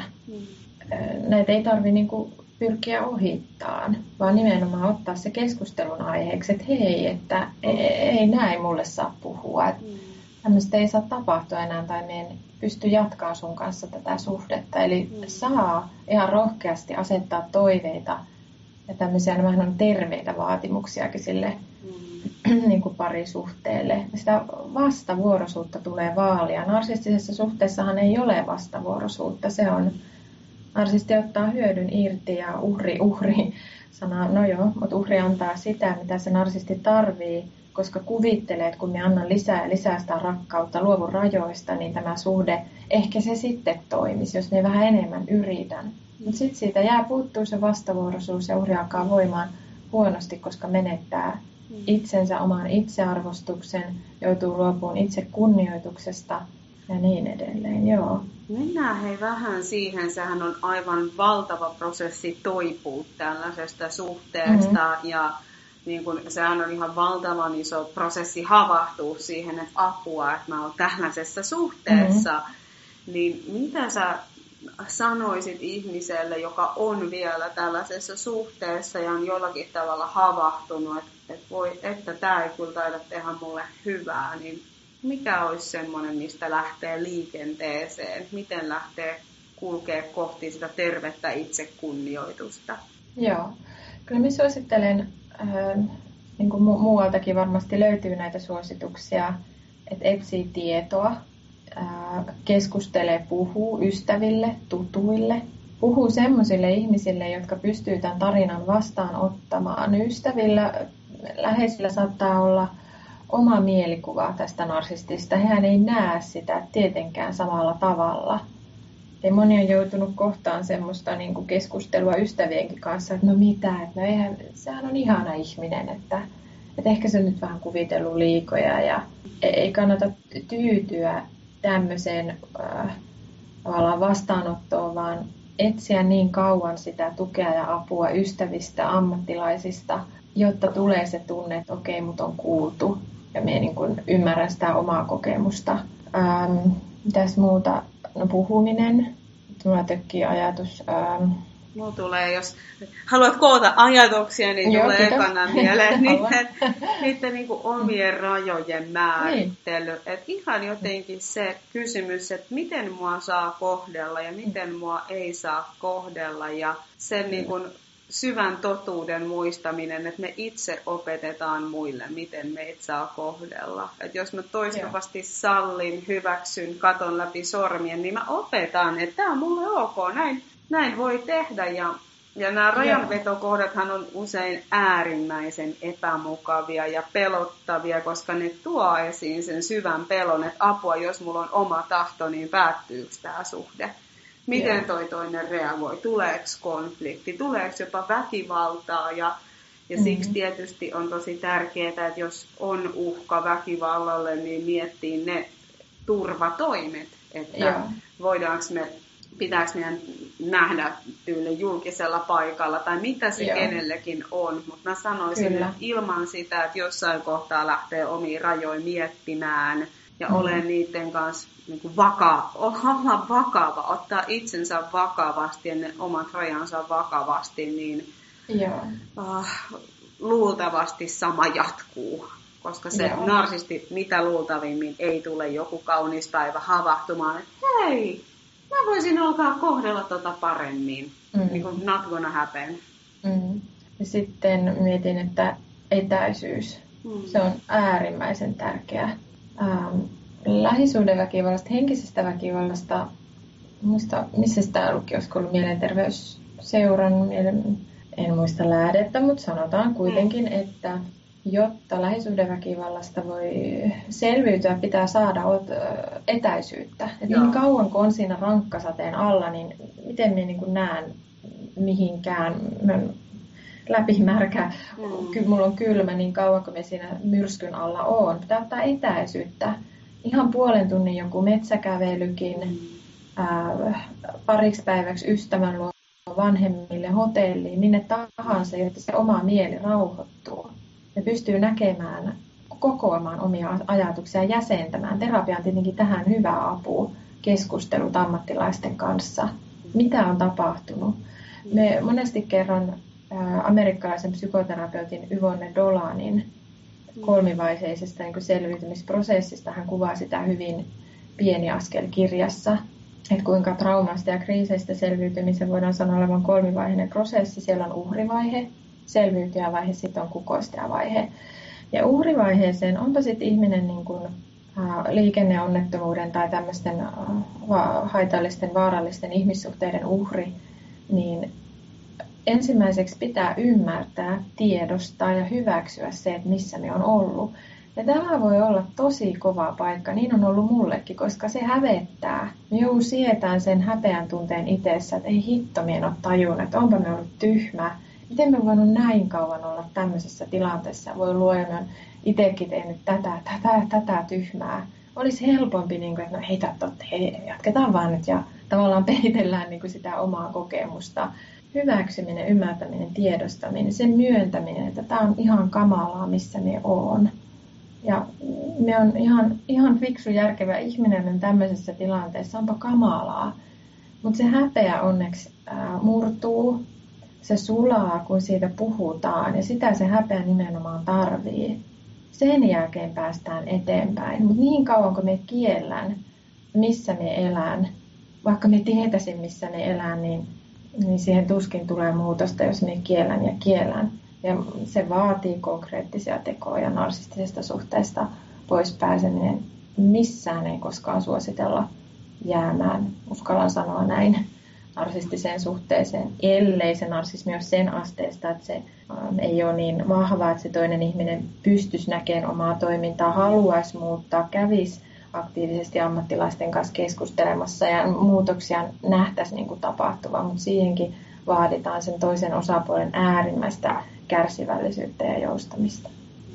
Näitä ei tarvitse niinku pyrkiä ohittaan, vaan nimenomaan ottaa se keskustelun aiheeksi, että hei, että ei näin mulle saa puhua. Että tämmöistä ei saa tapahtua enää tai me en pysty jatkaa sun kanssa tätä suhdetta. Eli saa ihan rohkeasti asettaa toiveita ja tämmöisiä, nämähän on terveitä vaatimuksiakin sille niin kuin parisuhteelle. Sitä vastavuoroisuutta tulee vaalia. Narsistisessa suhteessahan ei ole vastavuoroisuutta. Se on, narsisti ottaa hyödyn irti ja uhri sanoo, no joo, mutta uhri antaa sitä, mitä se narsisti tarvii, koska kuvittelee, että kun me annan lisää ja lisää sitä rakkautta, luovun rajoista, niin tämä suhde, ehkä se sitten toimisi, jos me vähän enemmän yritän. Mutta sitten siitä puuttuu se vastavuoroisuus ja uhri alkaa voimaan huonosti, koska menettää itsensä, oman itsearvostuksen, joutuu luopumaan itse kunnioituksesta ja niin edelleen. Joo. Mennään hei vähän siihen, sehän on aivan valtava prosessi toipua tällaisesta suhteesta ja niin kun, sehän on ihan valtavan iso prosessi havahtua siihen, että apua, että mä oon tällaisessa suhteessa. Niin mitä sä sanoisit ihmiselle, joka on vielä tällaisessa suhteessa ja on jollakin tavalla havahtunut, että voi, että tämä ei kyllä taida tehdä mulle hyvää, niin mikä olisi semmoinen, mistä lähtee liikenteeseen? Miten lähtee kulkea kohti sitä tervettä itsekunnioitusta? Joo, kyllä minä suosittelen, niin kuin muualtakin varmasti löytyy näitä suosituksia, että etsii tietoa, keskustelee, puhuu ystäville, tutuille, puhuu semmoisille ihmisille, jotka pystyy tämän tarinan vastaanottamaan. Ystävillä, läheisillä saattaa olla oma mielikuva tästä narsistista. Hehän ei näe sitä tietenkään samalla tavalla. Ja moni on joutunut kohtaan semmoista niin kuin keskustelua ystävienkin kanssa, että no mitä, että no eihän, sehän on ihana ihminen, että ehkä se on nyt vähän kuvitellut liikoja ja ei kannata tyytyä tämmöiseen tavallaan vastaanottoon, vaan etsiä niin kauan sitä tukea ja apua ystävistä, ammattilaisista, jotta tulee se tunne, että okei, mut on kuultu ja minä niin kuin ymmärrän sitä omaa kokemusta. Mitäs muuta? No puhuminen. Minulla tökkii ajatus. Mulla tulee, jos haluat koota ajatuksia, niin joo, tulee ekana mieleen niiden niin kuin omien rajojen määrittely. Niin. Et ihan jotenkin se kysymys, että miten mua saa kohdella ja miten mua ei saa kohdella. Ja sen niin kuin syvän totuuden muistaminen, että me itse opetetaan muille, miten meitä saa kohdella. Että jos mä toistuvasti sallin, hyväksyn, katon läpi sormien, niin mä opetan, että tämä on mulle ok, näin voi tehdä ja nämä rajanvetokohdathan on usein äärimmäisen epämukavia ja pelottavia, koska ne tuo esiin sen syvän pelon, että apua, jos mulla on oma tahto, niin päättyykö tämä suhde? Miten toi toinen reagoi? Tuleeko konflikti? Tuleeko jopa väkivaltaa? Ja siksi tietysti on tosi tärkeää, että jos on uhka väkivallalle, niin miettii ne turvatoimet, että voidaanko pitääkö meidän nähdä tyyli julkisella paikalla tai mitä se kenellekin on. Mutta mä sanoisin, että ilman sitä, että jossain kohtaa lähtee omiin rajoja miettimään ja olen niiden kanssa niin kuin olla vakava, ottaa itsensä vakavasti ja ne omat rajansa vakavasti, niin luultavasti sama jatkuu. Koska se narsisti mitä luultavimmin ei tule joku kaunis päivä havahtumaan, että hei, mä voisin alkaa kohdella paremmin. Niin kuin not gonna happen. Ja sitten mietin, että etäisyys, se on äärimmäisen tärkeää. Lähisuhdeväkivallasta, henkisestä väkivallasta, muista missä sitä luki, olisiko ollut mielenterveysseuran, en muista lähdettä, mutta sanotaan kuitenkin, että jotta lähisuhdeväkivallasta voi selviytyä, pitää saada etäisyyttä. Et niin kauan kuin on siinä rankkasateen alla, niin miten minä niin näen mihinkään läpimärkä, mulla on kylmä, niin kauan kuin me siinä myrskyn alla on. Pitää ottaa etäisyyttä. Ihan puolen tunnin joku metsäkävelykin, pariksi päiväksi ystävän luo, vanhemmille, hotelliin, minne tahansa, jotta se oma mieli rauhoittuu. Ja pystyy näkemään, kokoamaan omia ajatuksia ja jäsentämään. Terapia on tietenkin tähän hyvä apu, keskustelut ammattilaisten kanssa. Mitä on tapahtunut? Me monesti kerron amerikkalaisen psykoterapeutin Yvonne Dolanin kolmivaiheisesta niin kuin selviytymisprosessista. Hän kuvaa sitä hyvin Pieni askel -kirjassa, että kuinka traumasta ja kriiseistä selviytymisen voidaan sanoa olevan kolmivaiheinen prosessi. Siellä on uhrivaihe, selviytyjävaihe, sitten on kukoistajavaihe. Ja uhrivaiheeseen onpa sitten ihminen niin kuin, liikenneonnettomuuden tai tämmöisten haitallisten, vaarallisten ihmissuhteiden uhri, niin ensimmäiseksi pitää ymmärtää, tiedostaa ja hyväksyä se, että missä me on ollut. Ja tämä voi olla tosi kova paikka, niin on ollut mullekin, koska se hävettää. Me joudun sietään sen häpeän tunteen itsessä, että ei hitto, minä en ole tajunnut, että onpa me ollut tyhmä. Miten me voinut näin kauan olla tämmöisessä tilanteessa? Voi luoja, me on itsekin tehnyt tätä tyhmää. Olisi helpompi, niin kuin, että no hei, jatketaan vaan nyt ja tavallaan peitellään niin kuin sitä omaa kokemusta. Hyväksyminen, ymmärtäminen, tiedostaminen, sen myöntäminen, että tämä on ihan kamalaa, missä me on. Ja me on ihan fiksu, järkevä ihminen on tämmöisessä tilanteessa, onpa kamalaa. Mutta se häpeä onneksi murtuu, se sulaa, kun siitä puhutaan, ja sitä se häpeä nimenomaan tarvii. Sen jälkeen päästään eteenpäin, mutta niin kauan kun me kiellään, missä me elään, vaikka me tietäisin, missä me elään, niin siihen tuskin tulee muutosta, jos me kiellään. Ja se vaatii konkreettisia tekoja narsistisesta suhteesta pois pääseminen. Missään ei koskaan suositella jäämään, uskallan sanoa näin, narsistiseen suhteeseen, ellei se narsismi ole sen asteesta, että se ei ole niin vahva, että se toinen ihminen pystyisi näkemään omaa toimintaa, haluaisi muuttaa, kävisi aktiivisesti ammattilaisten kanssa keskustelemassa ja muutoksia nähtäisiin niin kuin tapahtuvan, mutta siihenkin vaaditaan sen toisen osapuolen äärimmäistä kärsivällisyyttä ja joustamista.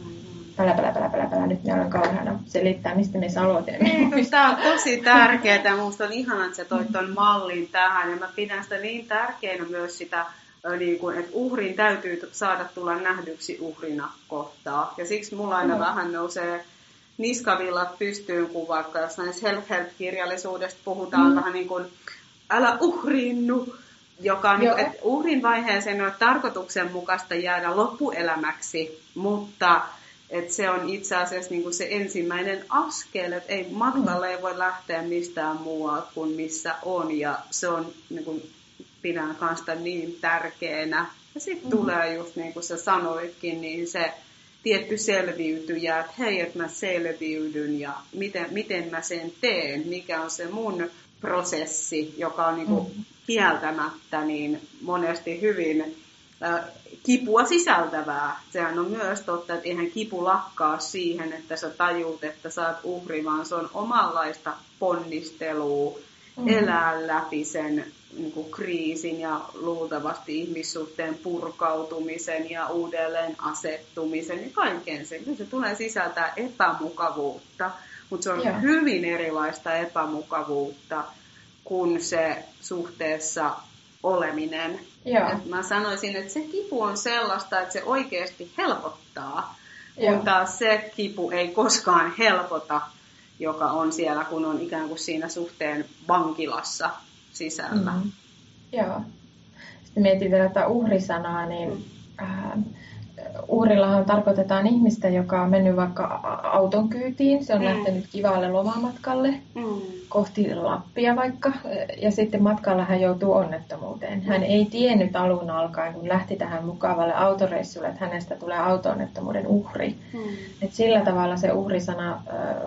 Pälä. Nyt me olen kauheana selittää, mistä me aloitimme. Tämä on tosi tärkeää. Minusta on ihanaa, että sä toit ton mallin tähän. Ja mä pidän sitä niin tärkeänä myös sitä, että uhrin täytyy saada tulla nähdyksi uhrina kohtaa. Ja siksi mulla aina vähän nousee niskavillat pystyyn, kun vaikka jossain self-help-kirjallisuudesta puhutaan vähän niin kuin älä uhriinnu. Joka on, että uhrin vaiheeseen on tarkoituksenmukaista jäädä loppuelämäksi, mutta että se on itse asiassa niin kuin se ensimmäinen askel, että ei matkalle ei voi lähteä mistään muualta kuin missä on, ja se on, niin kuin pidän kanssa niin tärkeänä. Ja sitten tulee just niin kuin sä sanoitkin, niin se tietty selviytyjä, että hei, että mä selviydyn ja miten mä sen teen, mikä on se mun prosessi, joka on niin kuin kieltämättä niin monesti hyvin kipua sisältävää. Sehän on myös totta, että eihän kipu lakkaa siihen, että sä tajuut, että sä oot uhri, vaan se on omanlaista ponnistelua, elää läpi sen niin kuin kriisin ja luultavasti ihmissuhteen purkautumisen ja uudelleen asettumisen ja kaiken sen. Kyllä se tulee sisältää epämukavuutta, mutta se on hyvin erilaista epämukavuutta kuin se suhteessa oleminen. Mä sanoisin, että se kipu on sellaista, että se oikeasti helpottaa, kun taas se kipu ei koskaan helpota, joka on siellä, kun on ikään kuin siinä suhteen vankilassa sisällä. Joo. Sitten mietin vielä tätä uhrisanaa, niin uhrillahan tarkoitetaan ihmistä, joka on mennyt vaikka auton kyytiin. Se on lähtenyt kivaalle lomamatkalle kohti Lappia vaikka. Ja sitten matkalla hän joutuu onnettomuuteen. Hän ei tiennyt alun alkaen, kun lähti tähän mukavalle autoreissulle, että hänestä tulee auto-onnettomuuden uhri. Et sillä tavalla se uhrisana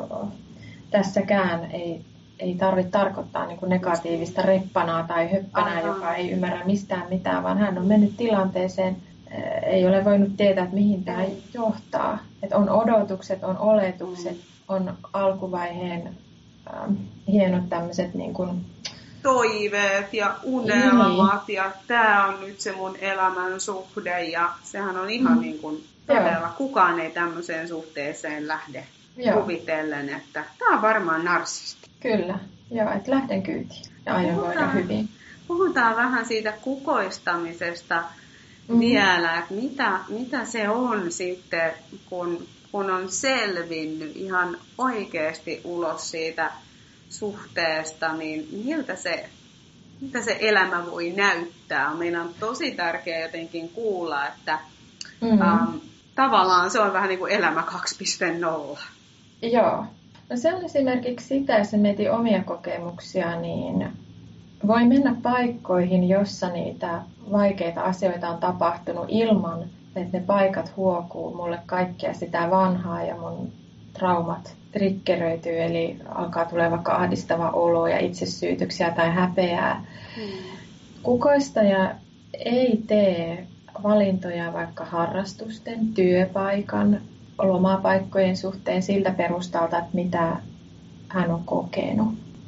tässäkään ei tarvitse tarkoittaa niin kuin negatiivista reppanaa tai höppänää, joka ei ymmärrä mistään mitään, vaan hän on mennyt tilanteeseen, ei ole voinut tietää, että mihin tämä johtaa. Että on odotukset, on oletukset, on alkuvaiheen hienot tämmöiset niin kuin toiveet ja unelmat ja tämä on nyt se mun elämän suhde ja sehän on ihan niin kuin todella, kukaan ei tämmöiseen suhteeseen lähde kuvitellen, että tämä on varmaan narsisti. Kyllä, että lähden kyytiin ja aion voida hyvin. Puhutaan vähän siitä kukoistamisesta vielä, että mitä se on sitten, kun on selvinnyt ihan oikeasti ulos siitä suhteesta, niin miltä se elämä voi näyttää. Meidän on tosi tärkeää jotenkin kuulla, että tavallaan se on vähän niin kuin elämä 2.0. Joo. No se on esimerkiksi sitä, jos mietin omia kokemuksia, niin voi mennä paikkoihin, jossa niitä vaikeita asioita on tapahtunut ilman, että ne paikat huokuu mulle kaikkea sitä vanhaa ja mun traumat triggeröityy, eli alkaa tulee vaikka ahdistava olo ja itsesyytyksiä tai häpeää. Kukoistaja ei tee valintoja vaikka harrastusten, työpaikan, lomapaikkojen suhteen siltä perustalta, että mitä hän on kokenut.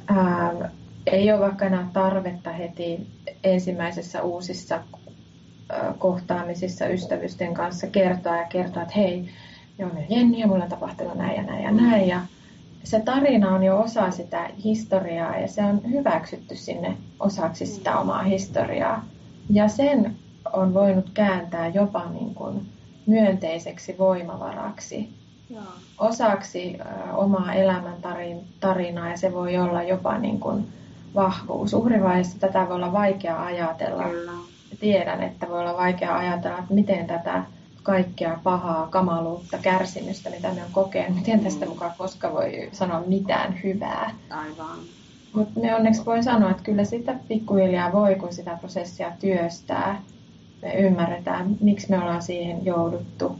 Ei ole vaikka enää tarvetta heti ensimmäisessä uusissa kohtaamisissa ystävysten kanssa kertoa, että hei, joo, Jenni ja mulla on tapahtunut näin ja näin ja näin. Ja se tarina on jo osa sitä historiaa ja se on hyväksytty sinne osaksi sitä omaa historiaa. Ja sen on voinut kääntää jopa niin kuin myönteiseksi voimavaraksi, osaksi omaa elämän tarinaa ja se voi olla jopa niin kuin vahvuus. Uhrivaiheessa tätä voi olla vaikea ajatella. Kyllä. Tiedän, että voi olla vaikea ajatella, että miten tätä kaikkea pahaa, kamaluutta, kärsimystä, mitä me on kokenut, miten tästä mukaan koska voi sanoa mitään hyvää. Aivan. Mutta me onneksi voi sanoa, että kyllä sitä pikkuhiljaa voi, kun sitä prosessia työstää. Me ymmärretään, miksi me ollaan siihen jouduttu.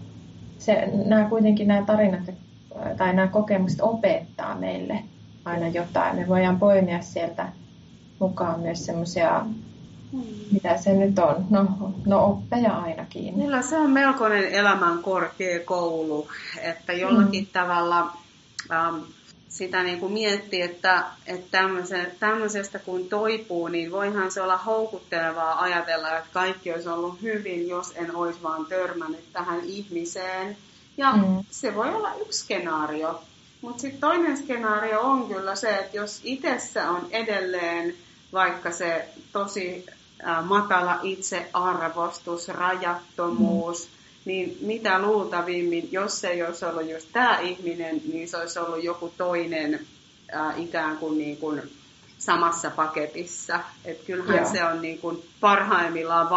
Nämä tarinat tai nämä kokemukset opettaa meille aina jotain. Me voidaan poimia sieltä mukaan myös semmoisia, mitä se nyt on, no oppeja ainakin. Kyllä se on melkoinen elämän korkeakoulu, että jollakin tavalla sitä niin kuin miettii, että tämmöisestä kun toipuu, niin voihan se olla houkuttelevaa ajatella, että kaikki olisi ollut hyvin, jos en olisi vaan törmännyt tähän ihmiseen. Ja se voi olla yksi skenaario. Mutta sitten toinen skenaario on kyllä se, että jos itsessä on edelleen vaikka se tosi matala itsearvostus, rajattomuus, niin mitä luultavimmin, jos se ei olisi ollut just tämä ihminen, niin se olisi ollut joku toinen ikään kuin samassa paketissa. Että kyllähän se on niin kuin parhaimmillaan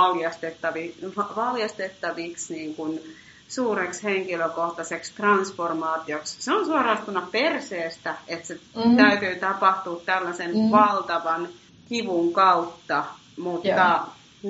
valjastettaviksi niin kuin suureksi henkilökohtaiseksi transformaatioksi. Se on suorastuna perseestä, että se täytyy tapahtua tällaisen valtavan kivun kautta, mutta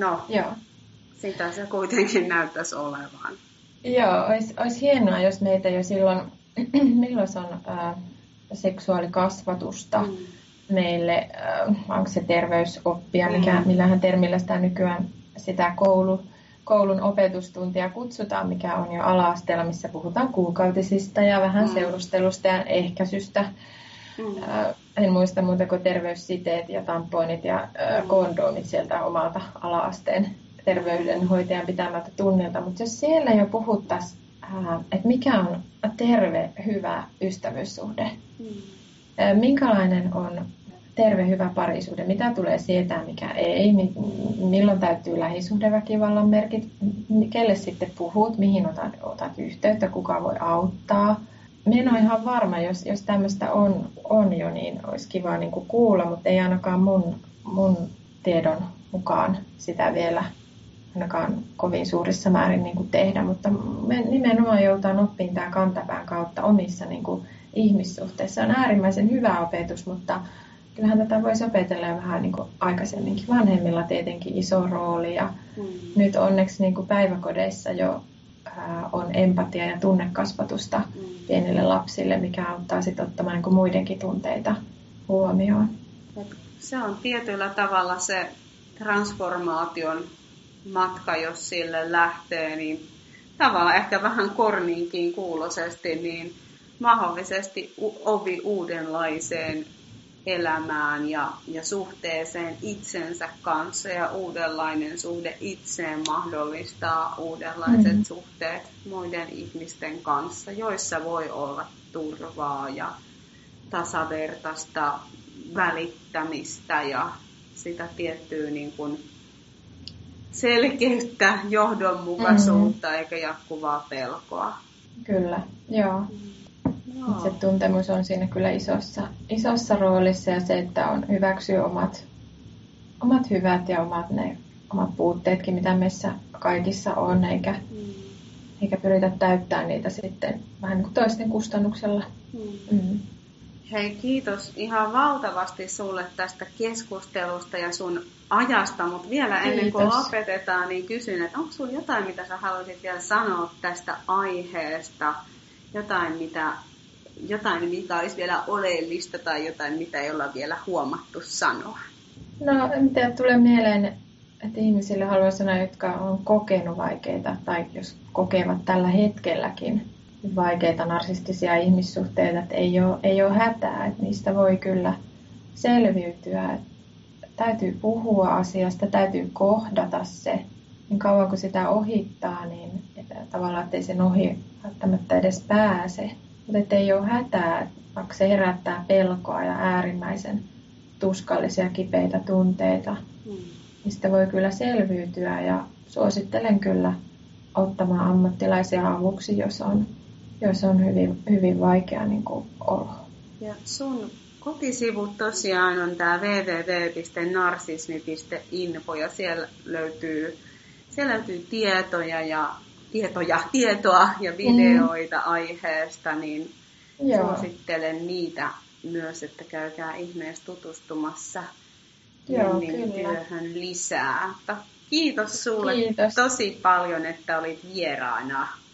sitä se kuitenkin näyttäisi olevan. Joo, olisi hienoa, jos meitä jo silloin, milloin se on seksuaalikasvatusta, meille, onko se terveysoppia, millähän termillä sitä nykyään sitä koulun opetustuntia kutsutaan, mikä on jo ala-asteella, missä puhutaan kuukautisista ja vähän seurustelusta ja ehkäisystä. En muista muuta kuin terveyssiteet ja tamponit ja kondoomit sieltä omalta ala-asteen terveydenhoitajan pitämältä tunnilta. Mutta jos siellä jo puhuttaisiin, että mikä on terve, hyvä ystävyyssuhde, minkälainen on terve, hyvä parisuhde, mitä tulee sietää, mikä ei, milloin täytyy lähisuhdeväkivallan merkit, kelle sitten puhut, mihin otat yhteyttä, kuka voi auttaa. Minä en ole ihan varma, jos tämmöistä on jo, niin olisi kiva niin kuin kuulla, mutta ei ainakaan mun tiedon mukaan sitä vielä ainakaan kovin suurissa määrin niin kuin tehdä, mutta me nimenomaan joudutaan oppimaan tämän kantapään kautta omissa niin kuin ihmissuhteissa. On äärimmäisen hyvä opetus, mutta kyllähän tätä voisi opetella jo vähän niin kuin aikaisemminkin. Vanhemmilla tietenkin iso rooli ja nyt onneksi niin kuin päiväkodeissa jo on empatia- ja tunnekasvatusta pienille lapsille, mikä auttaa sitten ottamaan niin kuin muidenkin tunteita huomioon. Se on tietyllä tavalla se transformaation matka, jos sille lähtee, niin tavallaan ehkä vähän korniinkin kuuloisesti, niin mahdollisesti ovi uudenlaiseen elämään ja suhteeseen itsensä kanssa, ja uudenlainen suhde itseen mahdollistaa uudenlaiset suhteet muiden ihmisten kanssa, joissa voi olla turvaa ja tasavertaista välittämistä ja sitä tiettyä niin kuin selkeyttä, johdonmukaisuutta eikä jatkuvaa pelkoa. Kyllä, joo. Se tuntemus on siinä kyllä isossa roolissa, ja se, että on hyväksyy omat hyvät ja omat puutteetkin, mitä meissä kaikissa on, eikä pyritä täyttää niitä sitten vähän niin kuin toisten kustannuksella. Hei, kiitos ihan valtavasti sulle tästä keskustelusta ja sun ajasta, mutta vielä ennen kuin lopetetaan, niin kysyn, että onko sulla jotain, mitä sä haluaisit vielä sanoa tästä aiheesta, jotain, mikä olisi vielä oleellista tai jotain, mitä ei olla vielä huomattu sanoa? No, mitä tulee mieleen, että ihmisille haluan sanoa, jotka on kokenut vaikeita tai jos kokevat tällä hetkelläkin vaikeita narsistisia ihmissuhteita, että ei ole hätää, että niistä voi kyllä selviytyä. Täytyy puhua asiasta, täytyy kohdata se. Niin kauan kuin sitä ohittaa, niin tavallaan ettei sen ohi välttämättä edes pääse. Mutta ei ole hätää, vaikka se herättää pelkoa ja äärimmäisen tuskallisia kipeitä tunteita. Niistä voi kyllä selviytyä, ja suosittelen kyllä ottamaan ammattilaisia avuksi, jos on hyvin, hyvin vaikea niin kuin olo. Ja sun kotisivut tosiaan on tämä www.narsismi.info, ja siellä löytyy tietoa ja videoita aiheesta, niin suosittelen niitä myös, että käykää ihmeessä tutustumassa Jennin työhön lisää. Kiitos sulle tosi paljon, että olit vieraana.